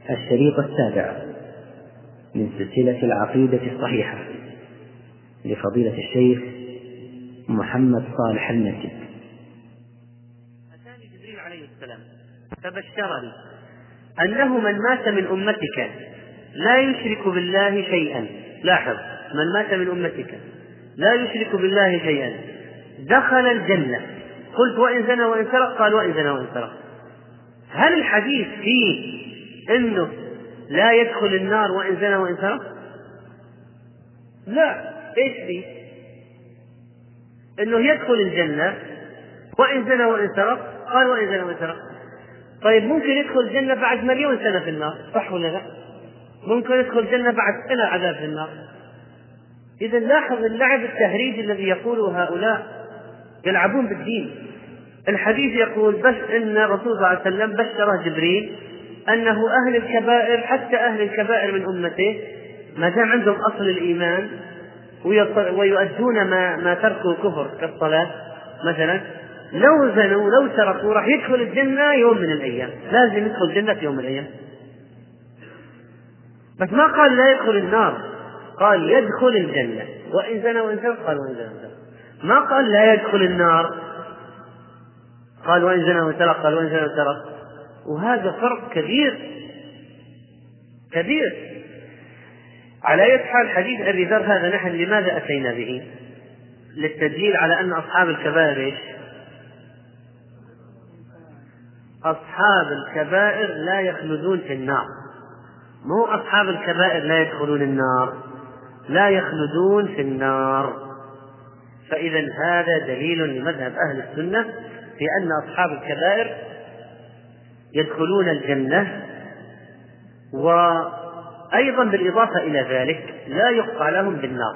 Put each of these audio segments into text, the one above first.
الشريط السابع من سلسلة العقيدة الصحيحة لفضيلة الشيخ محمد صالح النجد. أتاني جبريل عليه السلام فبشرني أنه من مات من أمتك لا يشرك بالله شيئا، لاحظ، من مات من أمتك لا يشرك بالله شيئا دخل الجنة. قلت وإن زنى وإن سرق؟ قال وإن زنى وإن سرق. هل الحديث فيه إنه لا يدخل النار وإن زنى وإن سرق؟ لا. إيش فيه؟ إنه يدخل الجنة وإن زنى وإن سرق؟ قال وإن زنى وإن سرق. طيب ممكن يدخل الجنة بعد 1,000,000 سنة في النار، صح ولا لا؟ ممكن يدخل الجنة بعد سنة عذاب في النار. إذا لاحظ اللعب التهريجي الذي يقوله هؤلاء، يلعبون بالدين. الحديث يقول بس إن الرسول صلى الله عليه وسلم بشره جبريل أنه أهل الكبائر، حتى أهل الكبائر من أمته ما دام عندهم أصل الإيمان ويؤدون ما تركوا كفر كالصلاة مثلا، لو زنوا لو سرقوا راح يدخل الجنة يوم من الأيام، لازم يدخل الجنة في يوم من الأيام. بس ما قال لا يدخل النار، قال يدخل الجنة وإن زنى وإن سرق، قال وإن زنى وإن سرق. ما قال لا يدخل النار، قال وإن زنى وإن سرق، قال وإن زنى وإن سرق. وهذا فرق كبير كبير. على أي حال حديث أبي ذر هذا نحن لماذا أتينا به؟ للتدليل على أن أصحاب الكبائر إيش؟ أصحاب الكبائر لا يخلدون في النار، مو أصحاب الكبائر لا يدخلون النار، لا يخلدون في النار. فإذا هذا دليل لمذهب أهل السنة في أن أصحاب الكبائر يدخلون الجنة، وأيضا بالإضافة إلى ذلك لا يقطع لهم بالنار.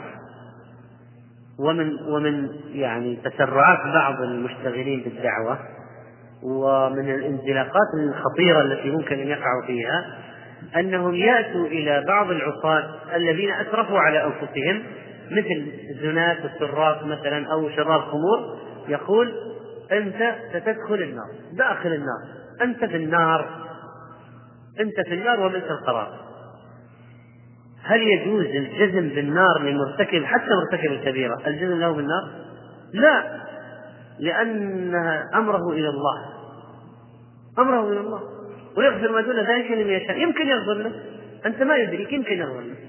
ومن يعني تسرعات بعض المشتغلين بالدعوة ومن الانزلاقات الخطيرة التي ممكن أن يقعوا فيها أنهم يأتوا إلى بعض العصاة الذين أسرفوا على أنفسهم مثل الزناة والسراق مثلا أو شراب خمور، يقول أنت ستدخل النار، داخل النار، أنت في النار، أنت في النار وبئس القرار. هل يجوز الجزم بالنار لمرتكب حتى مرتكب الكبيرة؟ الجزم له بالنار؟ لا، لأن أمره إلى الله، أمره إلى الله، ويغفر ما دون ذلك لمن يشاء. يمكن يغفر له، أنت ما يدريك، يمكن يغفر له.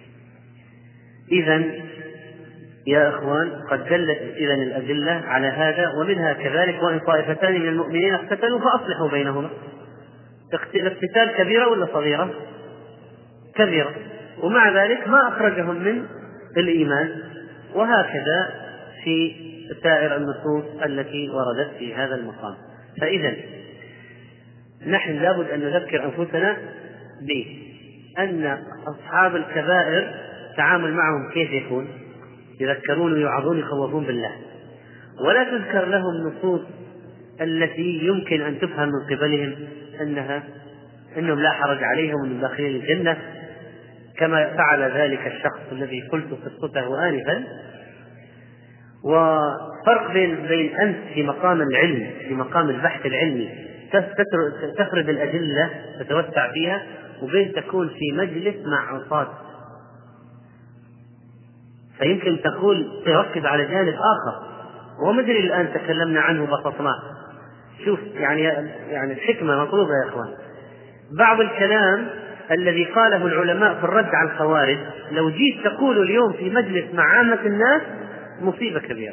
إذن يا إخوان قد دلت إذن الأدلة على هذا، ومنها كذلك وإن طائفتان من المؤمنين اقتتلوا فأصلحوا بينهما. الاقتتال كبيرة ولا صغيرة؟ كبيرة، ومع ذلك ما أخرجهم من الإيمان. وهكذا في سائر النصوص التي وردت في هذا المقام. فإذا نحن لابد أن نذكر أنفسنا بأن أصحاب الكبائر تعامل معهم كيف يكون؟ يذكرون ويعظون يخوفون بالله، ولا تذكر لهم نصوص التي يمكن أن تفهم من قبلهم أنهم لا حرج عليهم من داخلين الجنة، كما فعل ذلك الشخص الذي قلت قصته آنفا. وفرق بين أنت في مقام العلم، في مقام البحث العلمي تفرد الأدلة تتوسع فيها، وبين تكون في مجلس مع عصاة فيمكن تقول تركز على جانب آخر ومدري الآن تكلمنا عنه بسطناه. شوف يعني الحكمة مطلوبة يا إخوان. بعض الكلام الذي قاله العلماء في الرد على الخوارج لو جيت تقول اليوم في مجلس مع عامة الناس مصيبة كبيرة.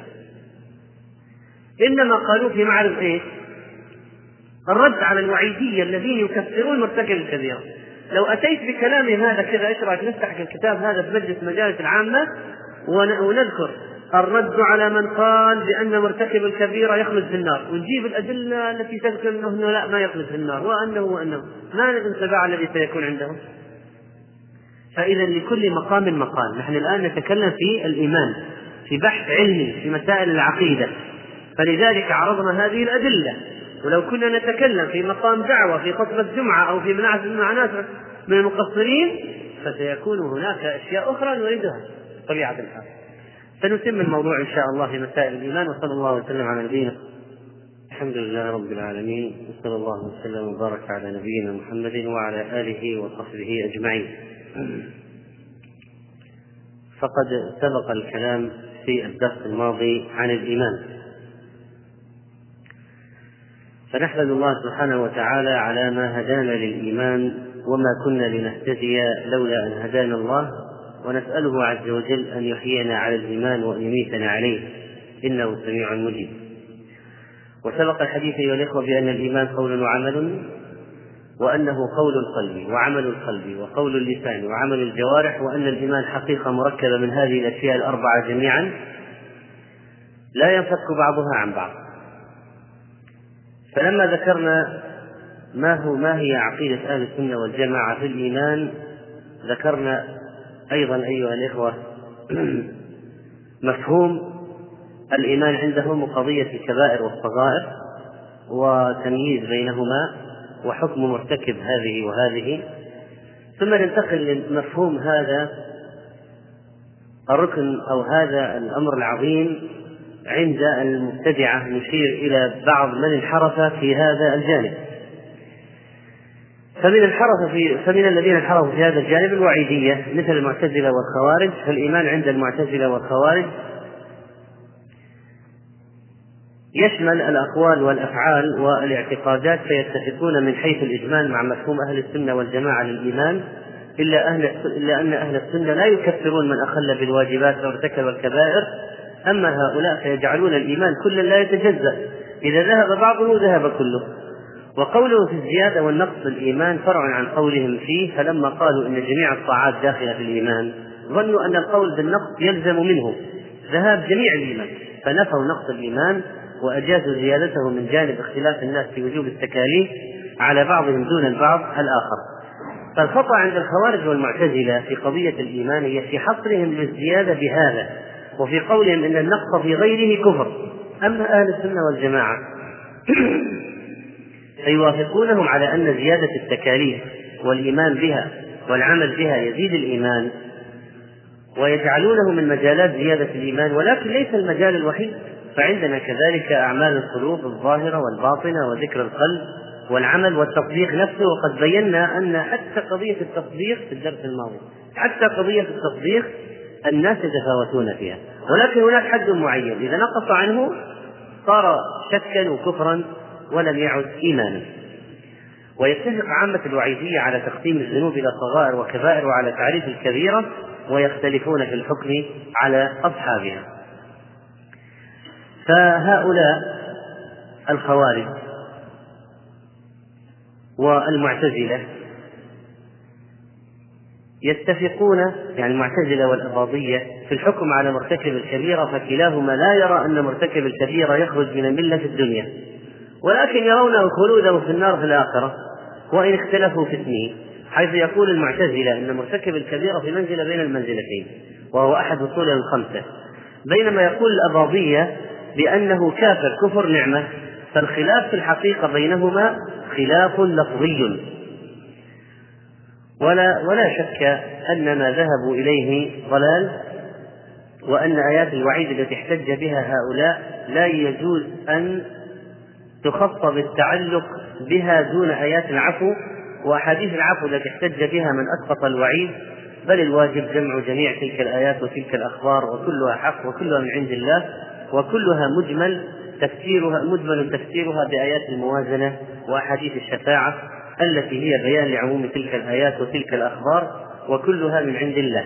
إنما قالوا في معرض إيه؟ الرد على الوعيدية الذين يكفرون مرتكب الكبيرة. لو أتيت بكلام هذا كذا، إيش رأيك نفتح الكتاب هذا في مجلس مجالس العامة ونذكر الرد على من قال بأن مرتكب الكبيرة يخلد في النار، ونجيب الأدلة التي تذكر أنه لا ما يخلد في النار وأنه ما الانتباع الذي سيكون عندهم. فإذا لكل مقام مقال. نحن الآن نتكلم في الإيمان، في بحث علمي في مسائل العقيدة، فلذلك عرضنا هذه الأدلة. ولو كنا نتكلم في مقام دعوة في خطبة جمعة أو في مناسبة مع ناس من المقصرين فسيكون هناك أشياء أخرى نريدها طبيعة الحال. سنتم الموضوع إن شاء الله في مسائل الإيمان. وصلى الله وسلم على نبينا الحمد لله رب العالمين، وصلى الله وسلم وبارك على نبينا محمد وعلى آله وصحبه أجمعين. فقد سبق الكلام في الدرس الماضي عن الإيمان، فنحمد الله سبحانه وتعالى على ما هدانا للإيمان، وما كنا لنهتدي لولا أن هدانا الله، ونسأله عز وجل أن يحيينا على الإيمان وأن يميتنا عليه، إنه سميع مجيب. وسبق الحديث أيها الإخوة بأن الإيمان قول وعمل، وأنه قول القلب وعمل القلب وقول اللسان وعمل الجوارح، وأن الإيمان حقيقة مركبة من هذه الأشياء الأربعة جميعا لا ينفك بعضها عن بعض. فلما ذكرنا ما هي عقيدة أهل السنة والجماعة في الإيمان، ذكرنا أيضا أيها الإخوة مفهوم الإيمان عندهم وقضية الكبائر والصغائر وتمييز بينهما وحكم مرتكب هذه وهذه، ثم ننتقل لمفهوم هذا الركن أو هذا الأمر العظيم عند المبتدعة، نشير إلى بعض من انحرف في هذا الجانب. فمن الذين انحرفوا في هذا الجانب الوعيدية مثل المعتزلة والخوارج. فالإيمان عند المعتزلة والخوارج يشمل الأقوال والأفعال والاعتقادات، فيتفقون من حيث الإجمال مع مفهوم أهل السنة والجماعة للإيمان، إلا أن أهل السنة لا يكفرون من أخل بالواجبات أو ارتكب الكبائر. أما هؤلاء فيجعلون الإيمان كلا لا يتجزأ، إذا ذهب بعضه ذهب كله. وقوله في الزيادة والنقص الإيمان فرع عن قولهم فيه، فلما قالوا إن جميع الطاعات داخلة في الإيمان ظنوا أن القول بالنقص يلزم منه ذهاب جميع الإيمان، فنفوا نقص الإيمان وأجازوا زيادته من جانب اختلاف الناس في وجوب التكاليف على بعضهم دون البعض الآخر. فالخطأ عند الخوارج والمعتزلة في قضية الإيمان هي في حصرهم للزيادة بهذا، وفي قولهم إن النقص في غيره كفر. أما أهل السنة والجماعة فيوافقونهم على أن زيادة التكاليف والإيمان بها والعمل بها يزيد الإيمان، ويجعلونه من مجالات زيادة الإيمان، ولكن ليس المجال الوحيد. فعندنا كذلك أعمال القلوب الظاهرة والباطنة وذكر القلب والعمل والتصديق نفسه. وقد بينا أن حتى قضية التصديق في الدرس الماضي، حتى قضية التصديق الناس يتفاوتون فيها، ولكن هناك حد معين إذا نقص عنه صار شكا وكفرا ولم يعد إيمانا. ويتفق عامة الوعيدية على تقسيم الذنوب إلى صغائر وكبائر وعلى تعريف الكبيرة، ويختلفون في الحكم على أصحابها. فهؤلاء الخوارج والمعتزلة يتفقون، يعني المعتزلة والإباضية، في الحكم على مرتكب الكبيرة، فكلاهما لا يرى أن مرتكب الكبيرة يخرج من الملة في الدنيا، ولكن يرونه خلوده في النار في الآخرة، وإن اختلفوا في اسمه، حيث يقول المعتزلة أن مرتكب الكبيرة في منزلة بين المنزلتين وهو أحد أصوله الخمسة، بينما يقول الأباضية بأنه كافر كفر نعمة. فالخلاف في الحقيقة بينهما خلاف لفظي، ولا شك أن ما ذهبوا إليه ضلال، وأن آيات الوعيد التي احتج بها هؤلاء لا يجوز أن تخص بالتعلق بها دون آيات العفو وأحاديث العفو التي احتج بها من أسقط الوعيد، بل الواجب جمع جميع تلك الآيات وتلك الأخبار، وكلها حق وكلها من عند الله، وكلها مجمل تفسيرها بآيات الموازنة وأحاديث الشفاعة التي هي بيان لعموم تلك الآيات وتلك الأخبار، وكلها من عند الله.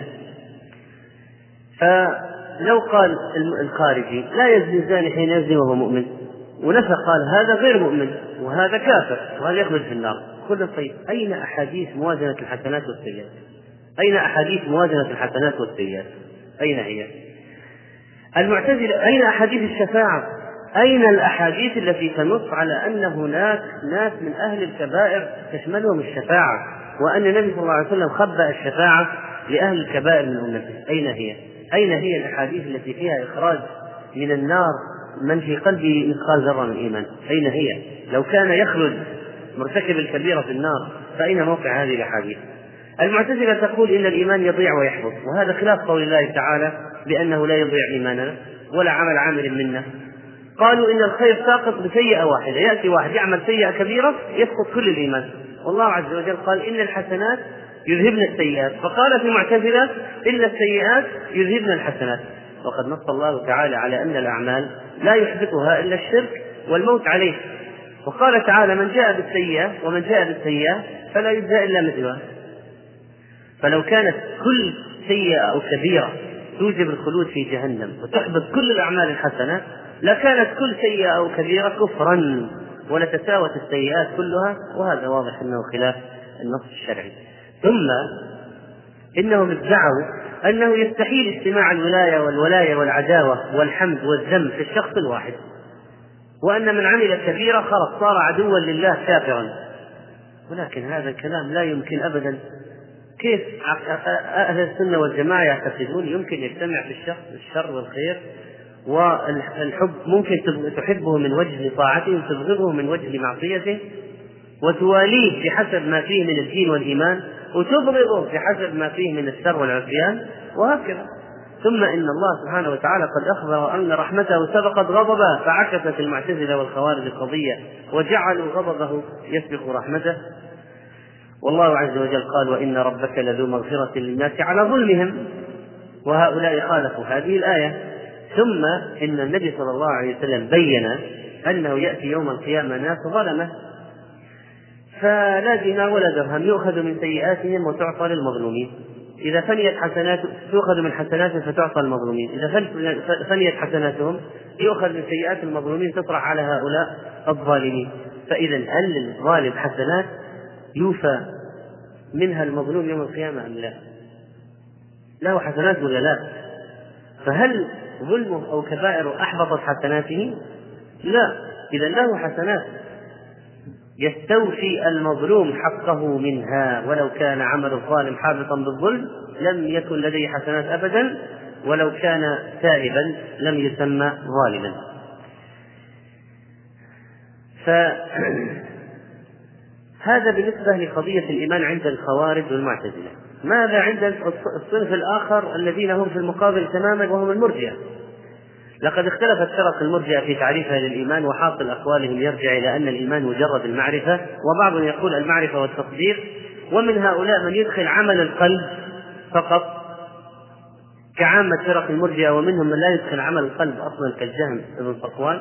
فلو قال الخارجي لا يزني الزاني حين يزني وهو مؤمن، ونفى قال هذا غير مؤمن وهذا كافر وهذا يخرج في النار، قلنا طيب أين أحاديث موازنة الحسنات والسيئات؟ أين أحاديث موازنة الحسنات والسيئات؟ أين هي؟ المعتزلة أين أحاديث الشفاعة؟ أين الأحاديث التي تنص على أن هناك ناس من أهل الكبائر تشملهم الشفاعة، وأن النبي صلى الله عليه وسلم خبأ الشفاعة لأهل الكبائر من أمته؟ أين هي؟ أين هي الأحاديث التي فيها إخراج من النار من في قلبه مثقال ذرة من إيمان؟ أين هي؟ لو كان يخرج مرتكب الكبيرة في النار فأين موقع هذه الأحاديث؟ المعتزلة تقول إن الإيمان يضيع ويحبط، وهذا خلاف قول الله تعالى بأنه لا يضيع إيماننا ولا عمل عامل منا، قالوا إن الخير ساقط بسيئة واحدة، يأتي واحد يعمل سيئة كبيرة يسقط كل الإيمان. والله عز وجل قال إن الحسنات يذهبن السيئات، فقال في معتزلة إن السيئات يذهبن الحسنات. وقد نص الله تعالى على أن الأعمال لا يحبطها إلا الشرك والموت عليه، وقال تعالى من جاء بالسيئة ومن جاء بالسيئة فلا يجزى إلا مثلها. فلو كانت كل سيئة أو كبيرة توجب الخلود في جهنم وتحبط كل الأعمال الحسنة لكانت كل سيئة أو كبيرة كفرا ولتساوت السيئات كلها، وهذا واضح أنه خلاف النص الشرعي. ثم إنهم ادعوا أنه يستحيل اجتماع الولاية والولاية والعداوة والحمد والذم في الشخص الواحد، وأن من عمل كبيرة خلص صار عدوا لله كافرا. ولكن هذا الكلام لا يمكن أبدا. كيف أهل السنة والجماعة يعتقدون يمكن يجتمع في الشخص الشر والخير والحب؟ ممكن تحبه من وجه طاعته وتبغضه من وجه معصيته، وتواليه بحسب ما فيه من الدين والإيمان وتبغضه بحسب ما فيه من الشر والعصيان، وهكذا. ثم إن الله سبحانه وتعالى قد أخبر أن رحمته سبقت غضبه، فعكست المعتزلة والخوارج القضية وجعلوا غضبه يسبق رحمته. والله عز وجل قال وإن ربك لذو مغفرة للناس على ظلمهم، وهؤلاء خالفوا هذه الآية. ثم إن النبي صلى الله عليه وسلم بين أنه يأتي يوم القيامة ناس ظلمة فلا دينار ولا درهم يؤخذ من سيئاتهم وتعطى للمظلومين. إذا فنيت حسناتهم تؤخذ من حسناتهم فتعطى المظلومين، إذا فنيت حسناتهم يؤخذ من سيئات المظلومين تطرح على هؤلاء الظالمين. فإذا هل للظالم حسنات يوفى منها المظلوم يوم القيامة أم لا؟ له حسنات ولا لا؟ فهل ظلمه أو كبائره أحبطت حسناته؟ لا. إذا له حسنات يستوفي المظلوم حقه منها، ولو كان عمل الظالم حابطا بالظلم لم يكن لديه حسنات أبدا، ولو كان تائبا لم يسمى ظالما. هذا بالنسبة لقضية الإيمان عند الخوارج والمعتزلة. ماذا عند الصنف الآخر الذين هم في المقابل تماما وهم المرجئة؟ لقد اختلفت فرق المرجئة في تعريفها للإيمان، وحاصل أقوالهم يرجع إلى أن الإيمان مجرد المعرفة، وبعضهم يقول المعرفة والتصديق، ومن هؤلاء من يدخل عمل القلب فقط كعامة فرق المرجئة، ومنهم من لا يدخل عمل القلب أصلا كالجهم بن صفوان،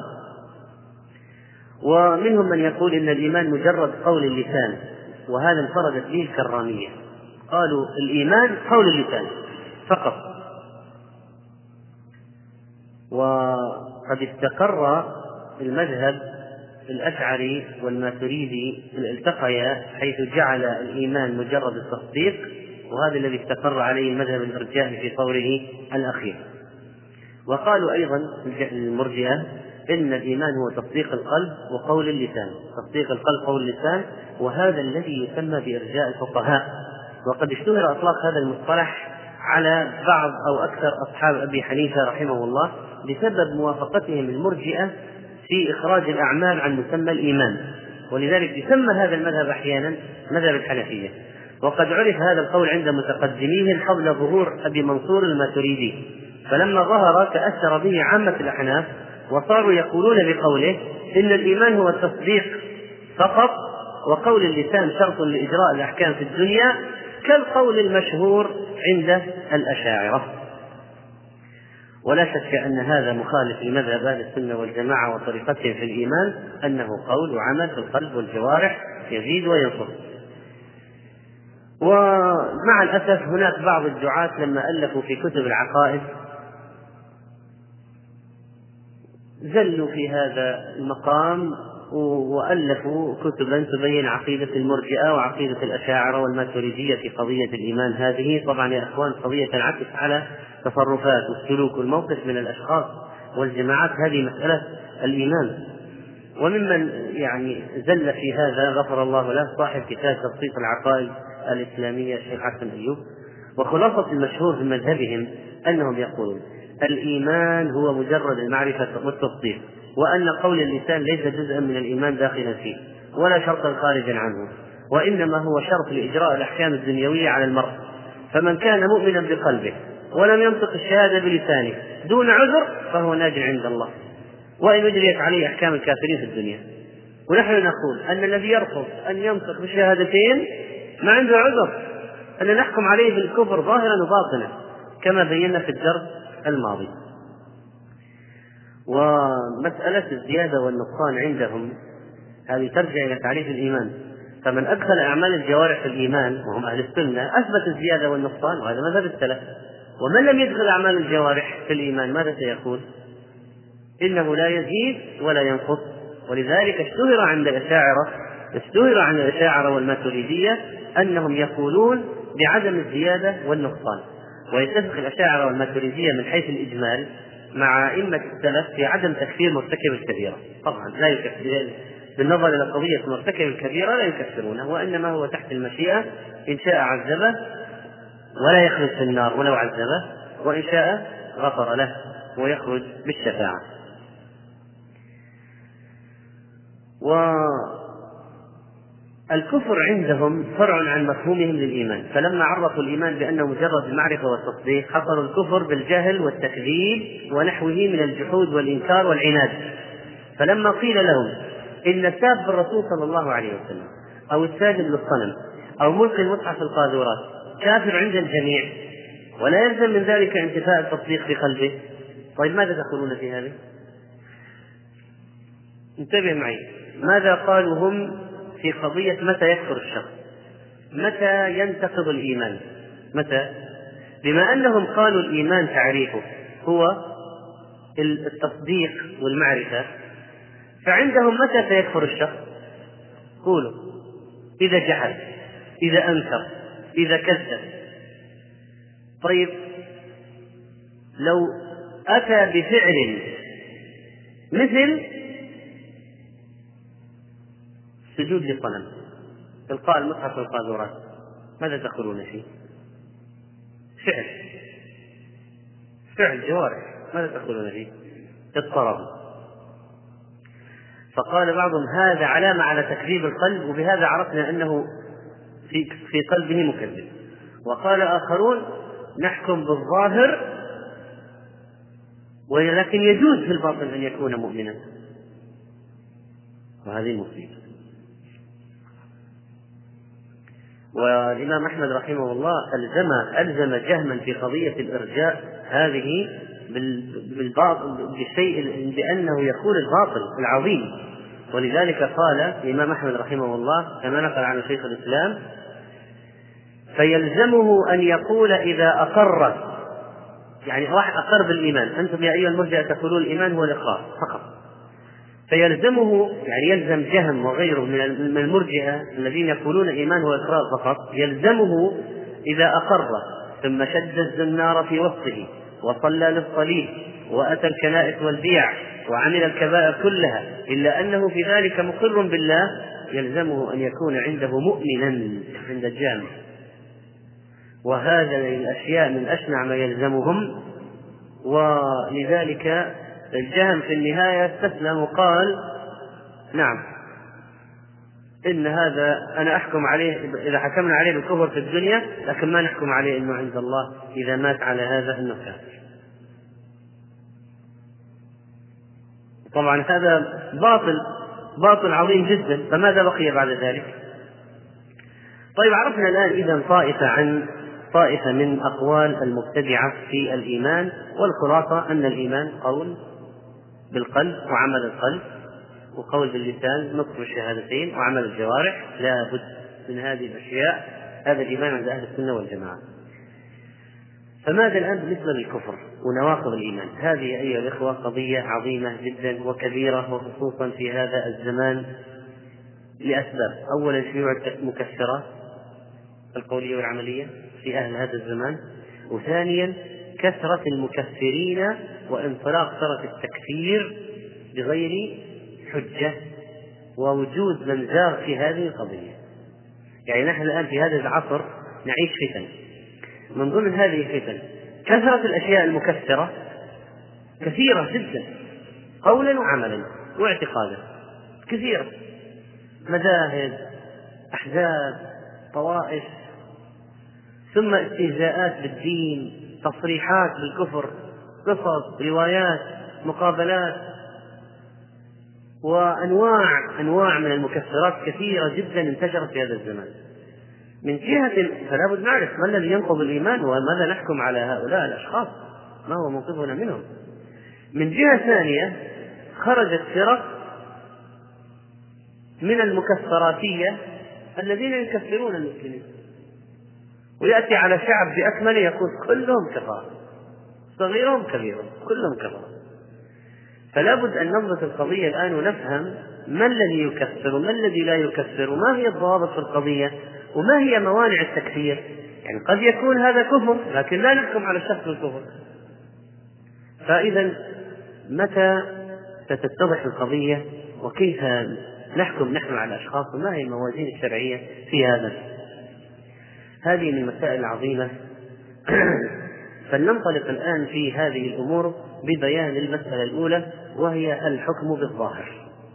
ومنهم من يقول إن الإيمان مجرد قول اللسان، وهذا انفردت به الكرامية، قالوا الإيمان قول اللسان فقط. وقد استقر المذهب الأشعري والماتريدي التقيا حيث جعل الإيمان مجرد التصديق، وهذا الذي استقر عليه المذهب الإرجائي في قوله الأخير. وقالوا أيضا المرجئة إن الإيمان هو تصديق القلب وقول اللسان، تصديق القلب قول اللسان، وهذا الذي يسمى بإرجاء الفقهاء. وقد اشتهر إطلاق هذا المصطلح على بعض أو أكثر أصحاب أبي حنيفة رحمه الله بسبب موافقتهم المرجئة في إخراج الأعمال عن مسمى الإيمان، ولذلك يسمى هذا المذهب أحيانا مذهب الحنفية. وقد عرف هذا القول عند متقدميهم قبل ظهور أبي منصور الماتريدي، فلما ظهر تأثر به عامة الأحناف وصاروا يقولون بقوله إن الإيمان هو التصديق فقط، وقول اللسان شرط لإجراء الأحكام في الدنيا، كالقول المشهور عند الأشاعرة. ولا شك أن هذا مخالف لمذهب أهل السنة والجماعة وطريقتهم في الإيمان، أنه قول وعمل في القلب والجوارح يزيد وينقص. ومع الأسف هناك بعض الدعاة لما ألفوا في كتب العقائد زلوا في هذا المقام وألفوا كتبا تبين عقيدة المرجئة وعقيدة الأشاعرة والماتريدية في قضية الإيمان هذه. طبعا يا أخوان قضية تنعكس على تصرفات والسلوك والموقف من الأشخاص والجماعات، هذه مسألة الإيمان. وممن يعني زل في هذا غفر الله له صاحب كتاب تبسيط العقائد الإسلامية الشيخ حسن أيوب. وخلاصة المشهور في مذهبهم أنهم يقولون الإيمان هو مجرد المعرفة والتصديق، وأن قول اللسان ليس جزءا من الإيمان داخلا فيه ولا شرطا خارجا عنه، وإنما هو شرط لإجراء الأحكام الدنيوية على المرء. فمن كان مؤمنا بقلبه ولم ينطق الشهادة بلسانه دون عذر فهو ناج عند الله. وإن أجريت عليه أحكام الكافرين في الدنيا. ونحن نقول أن الذي يرفض أن ينطق بالشهادتين ما عنده عذر، أن نحكم عليه بالكفر ظاهرا وباطنا كما بينا في الدرس الماضي. ومسألة الزيادة والنقصان عندهم هذه ترجع إلى تعريف الإيمان. فمن أدخل أعمال الجوارح في الإيمان وهم أهل السنة أثبت الزيادة والنقصان، وهذا مذهب السلف. ومن لم يدخل أعمال الجوارح في الإيمان ماذا سيقول؟ إنه لا يزيد ولا ينقص. ولذلك اشتهر عند الأشاعرة والماتريدية أنهم يقولون بعدم الزيادة والنقصان. ويتفق الأشاعرة والماتريدية من حيث الإجمال مع أئمة السلف في عدم تكفير مرتكب الكبيرة. طبعا لا يكفر، بالنظر إلى قضية مرتكب الكبيرة لا يكفرونه، وإنما هو تحت المشيئة، إن شاء عذبه ولا يخرج في النار ولو عذبه، وإن شاء غفر له ويخرج بالشفاعة. والكفر عندهم فرع عن مفهومهم للإيمان، فلما عرفوا الإيمان بأنه مجرد المعرفة والتصديق حصروا الكفر بالجهل والتكذيب ونحوه من الجحود والإنكار والعناد. فلما قيل لهم إن ساب الرسول صلى الله عليه وسلم أو الساجد للصنم أو ملقي المصحف القاذورات كافر عند الجميع ولا يلزم من ذلك انتفاء التصديق في قلبه، طيب ماذا تقولون في هذه؟ انتبه معي، ماذا قالوا هم في قضية متى يكفر الشخص، متى ينتقض الإيمان؟ متى؟ بما أنهم قالوا الإيمان تعريفه هو التصديق والمعرفة، فعندهم متى سيكفر الشخص؟ قولوا إذا جحد، إذا أنكر، إذا كذب. طيب لو أتى بفعل مثل سجود للصنم، إلقاء المصحف القاذورات، ماذا تقولون فيه؟ فعل جوارح، ماذا تقولون فيه؟ اضطراب. فقال بعضهم هذا علامة على تكذيب القلب، وبهذا عرفنا أنه في قلبه مكذب. وقال آخرون نحكم بالظاهر ولكن يجوز في الباطن أن يكون مؤمنا، وهذه مصيبة. والإمام أحمد رحمه الله ألزم جهما في قضية الإرجاء هذه بالشيء بأنه يقول الباطل العظيم. ولذلك قال الإمام أحمد رحمه الله كما نقل عن شيخ الإسلام فيلزمه أن يقول إذا أقر، يعني واحد أقر بالإيمان، أنتم يا أيها المرجئة تقولون الإيمان هو الإقرار فقط، فيلزمه يعني يلزم جهم وغيره من المرجئة الذين يقولون الإيمان هو الإقرار فقط، يلزمه إذا أقر ثم شد الزنار في وسطه وصلى للصليب وأتى الكنائس والبيع وعمل الكبائر كلها إلا أنه في ذلك مقر بالله، يلزمه أن يكون عنده مؤمنا عند الجامع. وهذا الأشياء من أشنع ما يلزمهم. ولذلك الجهم في النهاية استسلم وقال نعم إن هذا أنا أحكم عليه إذا حكمنا عليه بالكفر في الدنيا، لكن ما نحكم عليه إنه عند الله إذا مات على هذا إنه كافر. طبعا هذا باطل عظيم جدا، فماذا بقي بعد ذلك؟ طيب عرفنا الآن إذن طائفة من أقوال المبتدعة في الإيمان، والخلاصة أن الإيمان قول بالقلب وعمل القلب، وقول باللسان نطق الشهادتين وعمل الجوارح، لا بد من هذه الأشياء. هذا الإيمان عند أهل السنة والجماعة. فماذا الآن بالنسبة للكفر ونواقض الإيمان؟ هذه أيها الإخوة قضية عظيمة جدا وكبيرة، وخصوصا في هذا الزمان لأسباب. أولا شيوع المكفرات القولية والعملية في أهل هذا الزمان، وثانيا كثرة المكفرين وانطلاق طرف التكفير بغير حجة ووجود من زاغ في هذه القضية. يعني نحن الآن في هذا العصر نعيش فتن، من ضمن هذه الفتن كثرة الأشياء المكفرة كثيرة جدا قولا وعملا واعتقادا، كثيرة، مذاهب، أحزاب، طوائف، ثم استهزاءات بالدين، تصريحات بالكفر، قصص، روايات، مقابلات، وأنواع من المكفرات كثيرة جدا انتشرت في هذا الزمان. من جهة فلا بد نعرف ما الذي ينقض الإيمان وماذا نحكم على هؤلاء الأشخاص، ما هو موقفنا منهم. من جهة ثانية خرجت فرق من المكفراتية الذين يكفرون المسلمين، ويأتي على شعب بأكمله يقول كلهم كفار، صغيرهم كبيرهم كلهم كفار. فلا بد أن نضبط القضية الآن ونفهم ما الذي يكفر وما الذي لا يكفر، وما هي الضوابط في القضية، وما هي موانع التكفير. يعني قد يكون هذا كفر لكن لا نحكم على الشخص بالكفر. فإذا متى ستتضح القضية وكيف نحكم نحن على الأشخاص وما هي الموازين الشرعية في هذا؟ هذه من المسائل العظيمة. فلننطلق الآن في هذه الأمور ببيان المسألة الأولى، وهي الحكم بالظاهر.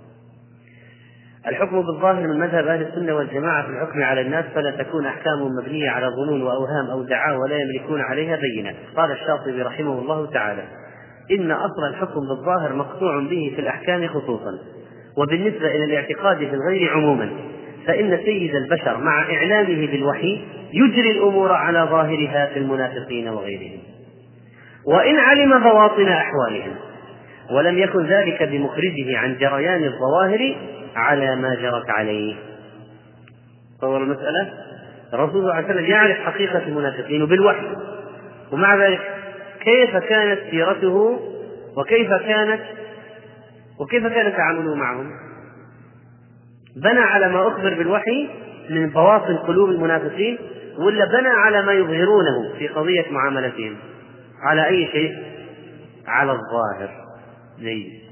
الحكم بالظاهر من مذهب أهل السنة والجماعة في الحكم على الناس، فلا تكون أحكامهم مبنية على ظنون وأوهام أو دعاوى ولا يملكون عليها بينة. قال الشاطبي رحمه الله تعالى: إن أصل الحكم بالظاهر مقطوع به في الأحكام خصوصا، وبالنسبة إلى الاعتقاد في الغير عموما، فإن سيد البشر مع إعلامه بالوحي يجري الأمور على ظاهرها في المنافقين وغيرهم، وإن علم بواطن أحوالهم، ولم يكن ذلك بمخرجه عن جريان الظواهر على ما جرت عليه. تصور المسألة، الرسول صلى الله عليه وسلم يعرف حقيقة المنافقين بالوحي، ومع ذلك كيف كانت سيرته وكيف كان تعامله معهم؟ بنى على ما أخبر بالوحي من بواطن قلوب المنافقين، ولا بنى على ما يظهرونه في قضية معاملتهم؟ على أي شيء؟ على الظاهر. جيد.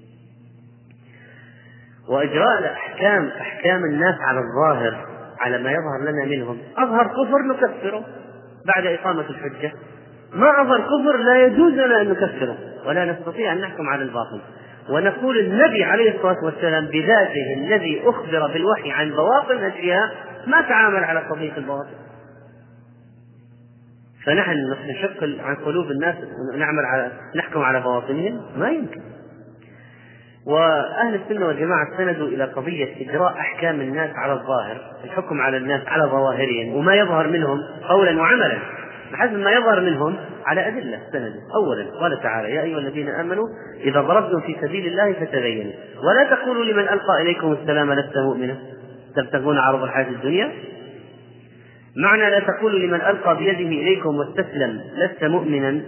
وإجراء أحكام الناس على الظاهر على ما يظهر لنا منهم. أظهر كفر نكفره بعد إقامة الحجة، ما أظهر كفر لا يجوز لنا أن نكفره ولا نستطيع أن نحكم على الباطل. ونقول النبي عليه الصلاة والسلام بذاته الذي أخبر بالوحي عن بواطن أشياء ما تعامل على قضية البواطن، فنحن نشق عن قلوب الناس نحكم على بواطنهم؟ ما يمكن. وأهل السنة والجماعة استندوا إلى قضية إجراء أحكام الناس على الظاهر، الحكم على الناس على ظواهرهم وما يظهر منهم قولا وعملا بحسب ما يظهر منهم على أدلة. استندوا أولا قال تعالى: يا أيها الذين آمنوا إذا ضربتم في سبيل الله فتبينوا ولا تقولوا لمن ألقى إليكم السلام لست مؤمنا تبتغون عرض الحياة الدنيا. معنى لا تقولوا لمن ألقى بيده إليكم واستسلم لست مؤمنا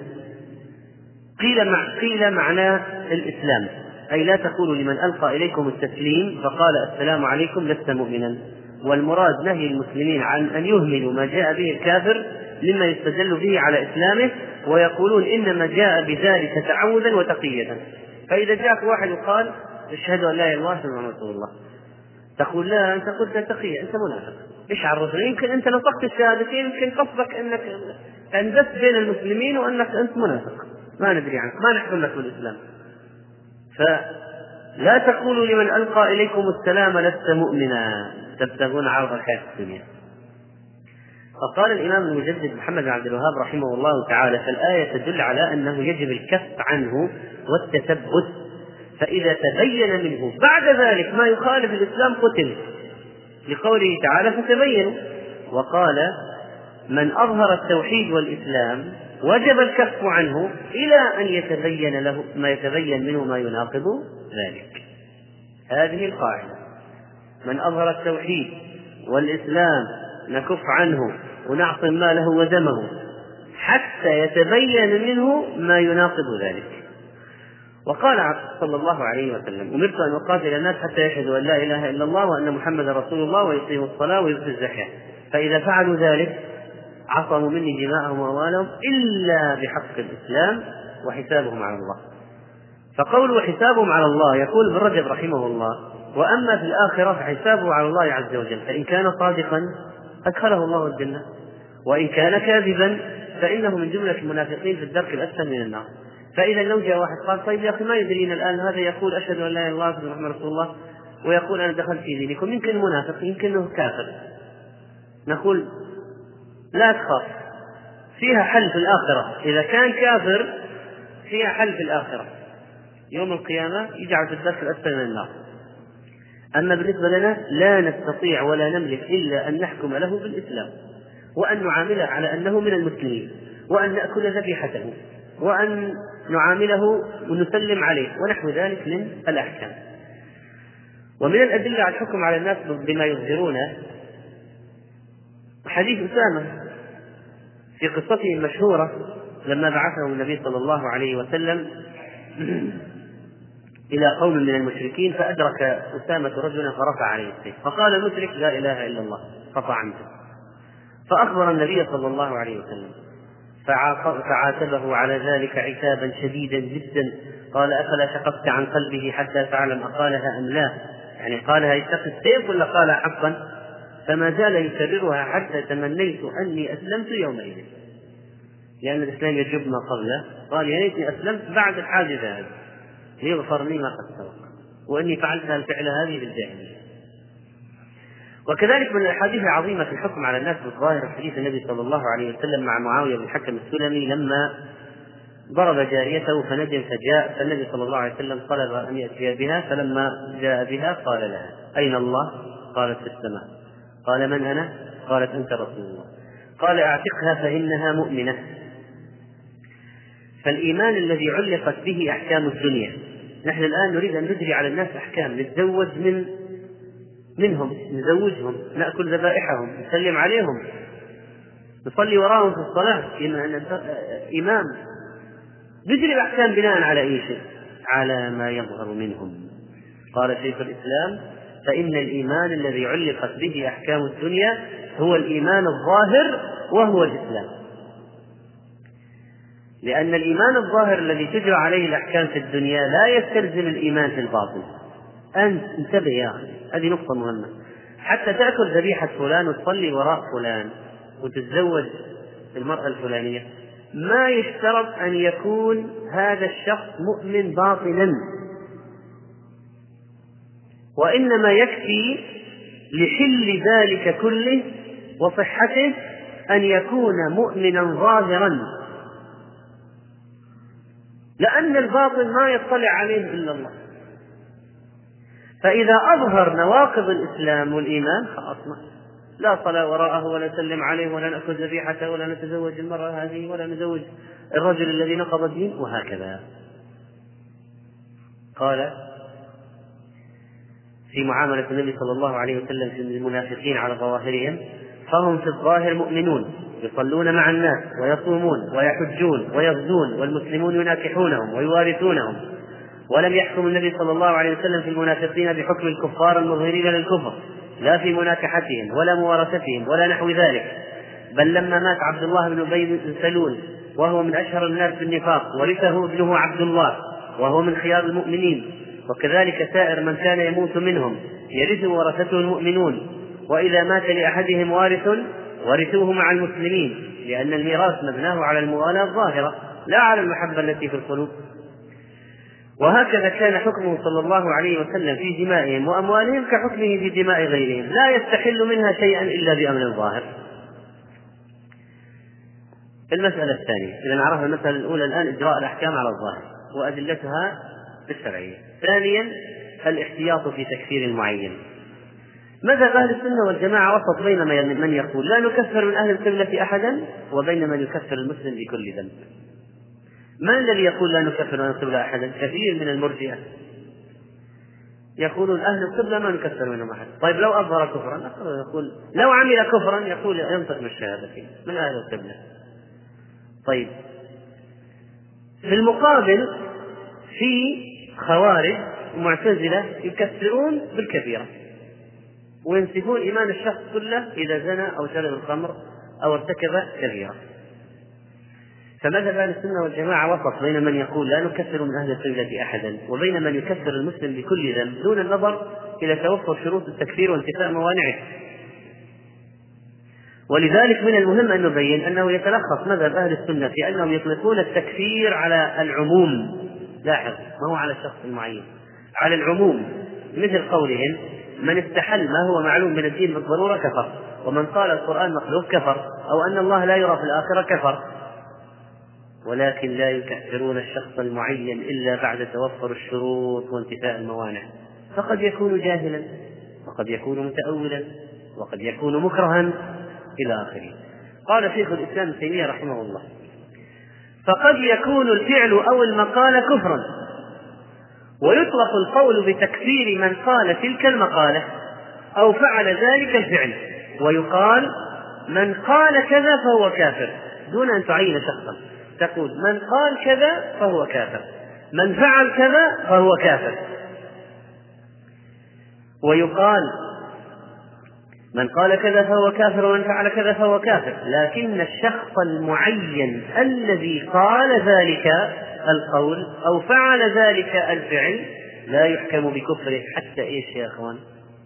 قيل معنى الإسلام، أي لا تقولوا لمن ألقى إليكم التسليم فقال السلام عليكم لست مؤمنا. والمراد نهي المسلمين عن أن يهملوا ما جاء به الكافر مما يستدل به على إسلامه، ويقولون إنما جاء بذلك تعوذا وتقية. فإذا جاءك واحد وقال اشهد أن لا إله إلا الله محمد رسول الله، تقول لا، أنت قلت تقية، أنت منافق. إيش عرفنا؟ يمكن أنت نطقت الشهادتين، يمكن قصدك أنك أندست بين المسلمين وأنك أنت منافق، ما ندري عنك، ما نحكم لك بالإسلام. فلا تقولوا لمن ألقى إليكم السلام لست مؤمنا تبتغون عرض الحياة الدنيا. فقال الإمام المجدد محمد بن عبد الوهاب رحمه الله تعالى: فالآية تدل على أنه يجب الكف عنه والتثبت، فإذا تبين منه بعد ذلك ما يخالف الإسلام قتل، لقوله تعالى: فتبينوا. وقال: من أظهر التوحيد والإسلام وجب الكف عنه إلى أن يتبين له ما يتبين منه ما يناقض ذلك. هذه القاعدة: من أظهر التوحيد والإسلام نكف عنه ونعصم ماله ودمه حتى يتبين منه ما يناقض ذلك. وقال صلى الله عليه وسلم: أمرت أن أقاتل الناس حتى يشهدوا أن لا إله إلا الله وأن محمد رسول الله ويقيموا الصلاة ويؤتوا الزكاة، فإذا فعلوا ذلك عصموا مني دماءهم وأموالهم إلا بحق الإسلام وحسابهم على الله. فقول وحسابهم على الله يقول ابن رجب رحمه الله: وأما في الآخرة فحسابه على الله عز وجل، فإن كان صادقا أدخله الله الجنة، وإن كان كاذبا فإنه من جملة المنافقين في الدرك الأسفل من النار. فإذا لو جاء واحد قال: طيب يا أخي ما يدرينا الآن، هذا يقول أشهد أن لا إله إلا الله وأن محمد رسول الله ويقول أنا دخلت في دينكم، يمكن منافق يمكنه كافر، نقول لا تخاف، فيها حل في الآخرة. إذا كان كافر فيها حل في الآخرة، يوم القيامة يجعل في الدرك الأسفل من النار. أما بالنسبة لنا لا نستطيع ولا نملك إلا أن نحكم له بالإسلام، وأن نعامله على أنه من المسلمين، وأن نأكل ذبيحته، وأن نعامله ونسلم عليه ونحو ذلك من الأحكام. ومن الأدلة على الحكم على الناس بما يظهرونه حديث أسامة في قصته المشهورة لما بعثه النبي صلى الله عليه وسلم إلى قوم من المشركين، فأدرك أسامة رجلا فرفع عليه السيف فقال المشرك لا إله إلا الله فطعنته، فأخبر النبي صلى الله عليه وسلم فعاتبه على ذلك عتابا شديدا جدا، قال أفلا شققت عن قلبه حتى تعلم أقالها أم لا؟ يعني قالها يشتق السيف ولا قالها حقا؟ فما زال يكررها حتى تمنيت أني أسلمت يومئذ، لأن الإسلام يجب ما قبله. قال يا ريتني أسلمت بعد الحادثة هذه ليغفر لي ما قد سبق، وإني فعلت الفعل هذه بالجاهلية. وكذلك من الأحاديث العظيمة في الحكم على الناس بالظاهر حديث النبي صلى الله عليه وسلم مع معاوية بن الحكم السلمي لما ضرب جاريته فندم فجاء، فالنبي صلى الله عليه وسلم طلب أن يأتي بها، فلما جاء بها قال لها أين الله؟ قالت في السماء. قال من أنا؟ قالت أنت رسول الله. قال اعتقها فإنها مؤمنة. فالإيمان الذي علقت به أحكام الدنيا، نحن الآن نريد أن نجري على الناس أحكام، نتزوج منهم، نزوجهم، نأكل ذبائحهم، نسلم عليهم، نصلي وراهم في الصلاة، إمام، نجري الأحكام بناء على أي شيء؟ على ما يظهر منهم. قال شيخ الإسلام فإن الإيمان الذي علقت به أحكام الدنيا هو الإيمان الظاهر وهو الإسلام، لأن الإيمان الظاهر الذي تجرى عليه الأحكام في الدنيا لا يستلزم الإيمان في الباطن. أنت انتبه يا أخي، هذه نقطة مهمة. حتى تأكل ذبيحة فلان وتصلي وراء فلان وتتزوج المرأة الفلانية ما يشترط أن يكون هذا الشخص مؤمن باطنا، وإنما يكفي لحل ذلك كله وصحته أن يكون مؤمنا ظاهرا، لأن الباطن ما يطلع عليه إلا الله. فإذا أظهر نواقض الإسلام والإيمان خلاص لا صلاة وراءه ولا نسلم عليه ولا نأكل ذبيحته ولا نتزوج المرأة هذه ولا نزوج الرجل الذي نقض الدين وهكذا. قال في معاملة النبي صلى الله عليه وسلم في المنافقين على ظواهرهم فهم في الظاهر مؤمنون يصلون مع الناس ويصومون ويحجون ويغزون والمسلمون يناكحونهم ويوارثونهم، ولم يحكم النبي صلى الله عليه وسلم في المنافقين بحكم الكفار المظهرين للكفر لا في مناكحتهم ولا موارثتهم ولا نحو ذلك، بل لما مات عبد الله بن أبي بن سلول وهو من أشهر الناس بالنفاق ورثه ابنه عبد الله وهو من خيار المؤمنين، وكذلك سائر من كان يموت منهم يرث ورثته المؤمنون، وإذا مات لأحدهم وارث ورثوه مع المسلمين، لأن الميراث مبناه على الموالاة الظاهرة لا على المحبة التي في القلوب. وهكذا كان حكمه صلى الله عليه وسلم في دمائهم وأموالهم كحكمه في دماء غيرهم، لا يستحل منها شيئا إلا بأمر الظاهر. المسألة الثانية، إذا عرفنا المسألة الأولى الآن إجراء الأحكام على الظاهر وأدلتها الشرعية. ثانيا الاحتياط في تكفير المعين. مذهب أهل السنة والجماعة وسط بين من يقول لا نكفر من أهل القبلة أحدا وبين من يكفر المسلم بكل ذنب. من الذي يقول لا نكفر من أهل القبلة أحدا؟ كثير من المرجئة يقولون أهل القبلة ما نكفر منهم أحد. طيب لو أظهر كفرا يقول، لو عمل كفرا يقول ينطق بالشهادة من أهل القبلة. طيب في المقابل في خوارج ومعتزلة يكفرون بالكبيرة وينسبون إيمان الشخص كله إذا زنى أو شرب الخمر أو ارتكب كبيرة. فمذهب أهل السنة والجماعة وسط بين من يقول لا نكفر من أهل القبلة أحدا وبين من يكفر المسلم بكل ذنب دون النظر إلى توفر شروط التكفير وانتفاء موانعه. ولذلك من المهم أن نبين أنه يتلخص مذهب أهل السنة في أنهم يطلقون التكفير على العموم، لاحظ ما هو على الشخص المعين، على العموم، مثل قولهم من استحل ما هو معلوم من الدين بالضرورة كفر، ومن قال القرآن مخلوق كفر، أو أن الله لا يرى في الآخرة كفر. ولكن لا يكفرون الشخص المعين إلا بعد توفر الشروط وانتفاء الموانع، فقد يكون جاهلا وقد يكون متأولا وقد يكون مكرها إلى آخره. قال شيخ الإسلام ابن تيمية رحمه الله: فقد يكون الفعل أو المقال كفرا، ويطلق القول بتكفير من قال تلك المقالة أو فعل ذلك الفعل، ويقال من قال كذا فهو كافر دون أن تعين شخصا، تقول من قال كذا فهو كافر، من فعل كذا فهو كافر. ويقال من قال كذا فهو كافر ومن فعل كذا فهو كافر، لكن الشخص المعين الذي قال ذلك القول أو فعل ذلك الفعل لا يحكم بكفره حتى إيش يا أخوان؟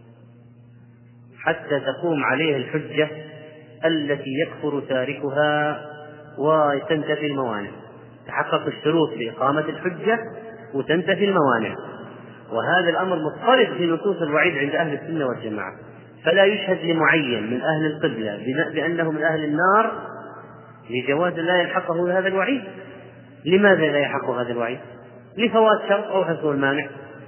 حتى تقوم عليه الحجة التي يكفر تاركها وتنتفي الموانع. تحقق الشروط لإقامة الحجة وتنتفي الموانع، وهذا الأمر مضطرد في نصوص الوعيد عند أهل السنة والجماعة. فلا يشهد لمعين من أهل القبلة بأنه من أهل النار لجواز لا يلحقه هذا الوعيد. لماذا لا يلحقه هذا الوعيد؟ لفوات شرط أو حصول مانع،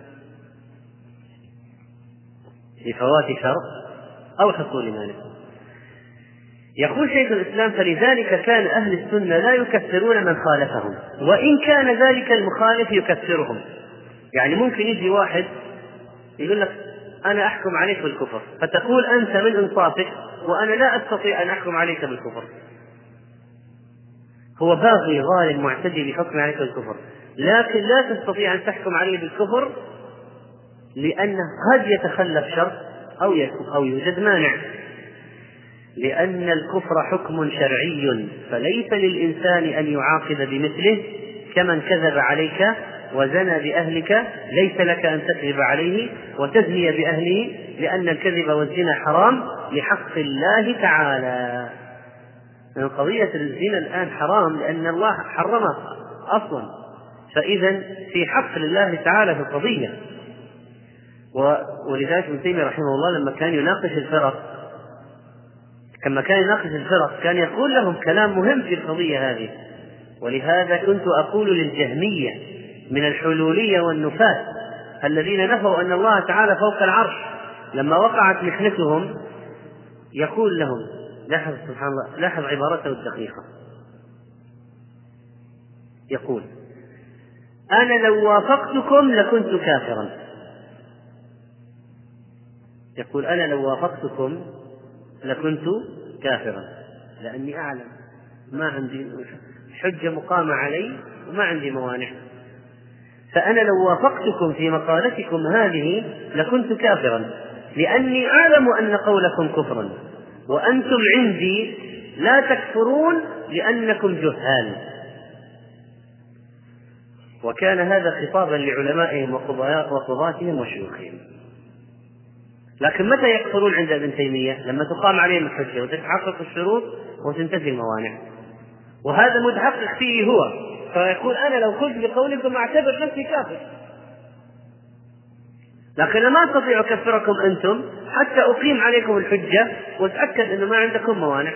لفوات شرط أو حصول مانع. يقول شيخ الإسلام: فلذلك كان أهل السنة لا يكفرون من خالفهم، وإن كان ذلك المخالف يكفرهم. يعني ممكن يجي واحد يقول لك أنا أحكم عليك بالكفر، فتقول أنت من إنصافك وأنا لا أستطيع أن أحكم عليك بالكفر. هو باغي ظالم معتدي بحكم عليك بالكفر، لكن لا تستطيع أن تحكم عليه بالكفر لأنه قد يتخلف شرط أو يوجد مانع، لأن الكفر حكم شرعي، فليس للإنسان أن يعاقب بمثله. كمن كذب عليك وزنى بأهلك ليس لك أن تكذب عليه وتزني بأهله، لأن الكذب والزنا حرام لحق الله تعالى. قضية الزنا الآن حرام لأن الله حرمه أصلا، فإذا في حق لله تعالى في القضية. ولذلك ابن تيمية رحمه الله لما كان يناقش الفرق كان يقول لهم كلام مهم في القضية هذه. ولهذا كنت أقول للجهمية من الحلولية والنفاة الذين نفوا أن الله تعالى فوق العرش، لما وقعت محنتهم يقول لهم، لاحظ سبحان الله، لاحظ عبارته الدقيقة، يقول: أنا لو وافقتكم لكنت كافرا. يقول: أنا لو وافقتكم لكنت كافرا، لأني أعلم ما عندي حجة مقامة علي وما عندي موانع، فأنا لو وافقتكم في مقالتكم هذه لكنت كافرا، لأني أعلم أن قولكم كفر، وأنتم عندي لا تكفرون لأنكم جهال. وكان هذا خطابا لعلمائهم وقضاتهم وشيوخهم. لكن متى يكفرون عند ابن تيمية؟ لما تقام عليهم الحجة وتتحقق الشروط وتنتفي الموانع، وهذا متحقق فيه هو، فيقول: أنا لو قلت بقولكم أعتبر نفسي كافر، لكن ما أستطيع أكفركم أنتم حتى أقيم عليكم الحجة وأتأكد أنه ما عندكم موانع.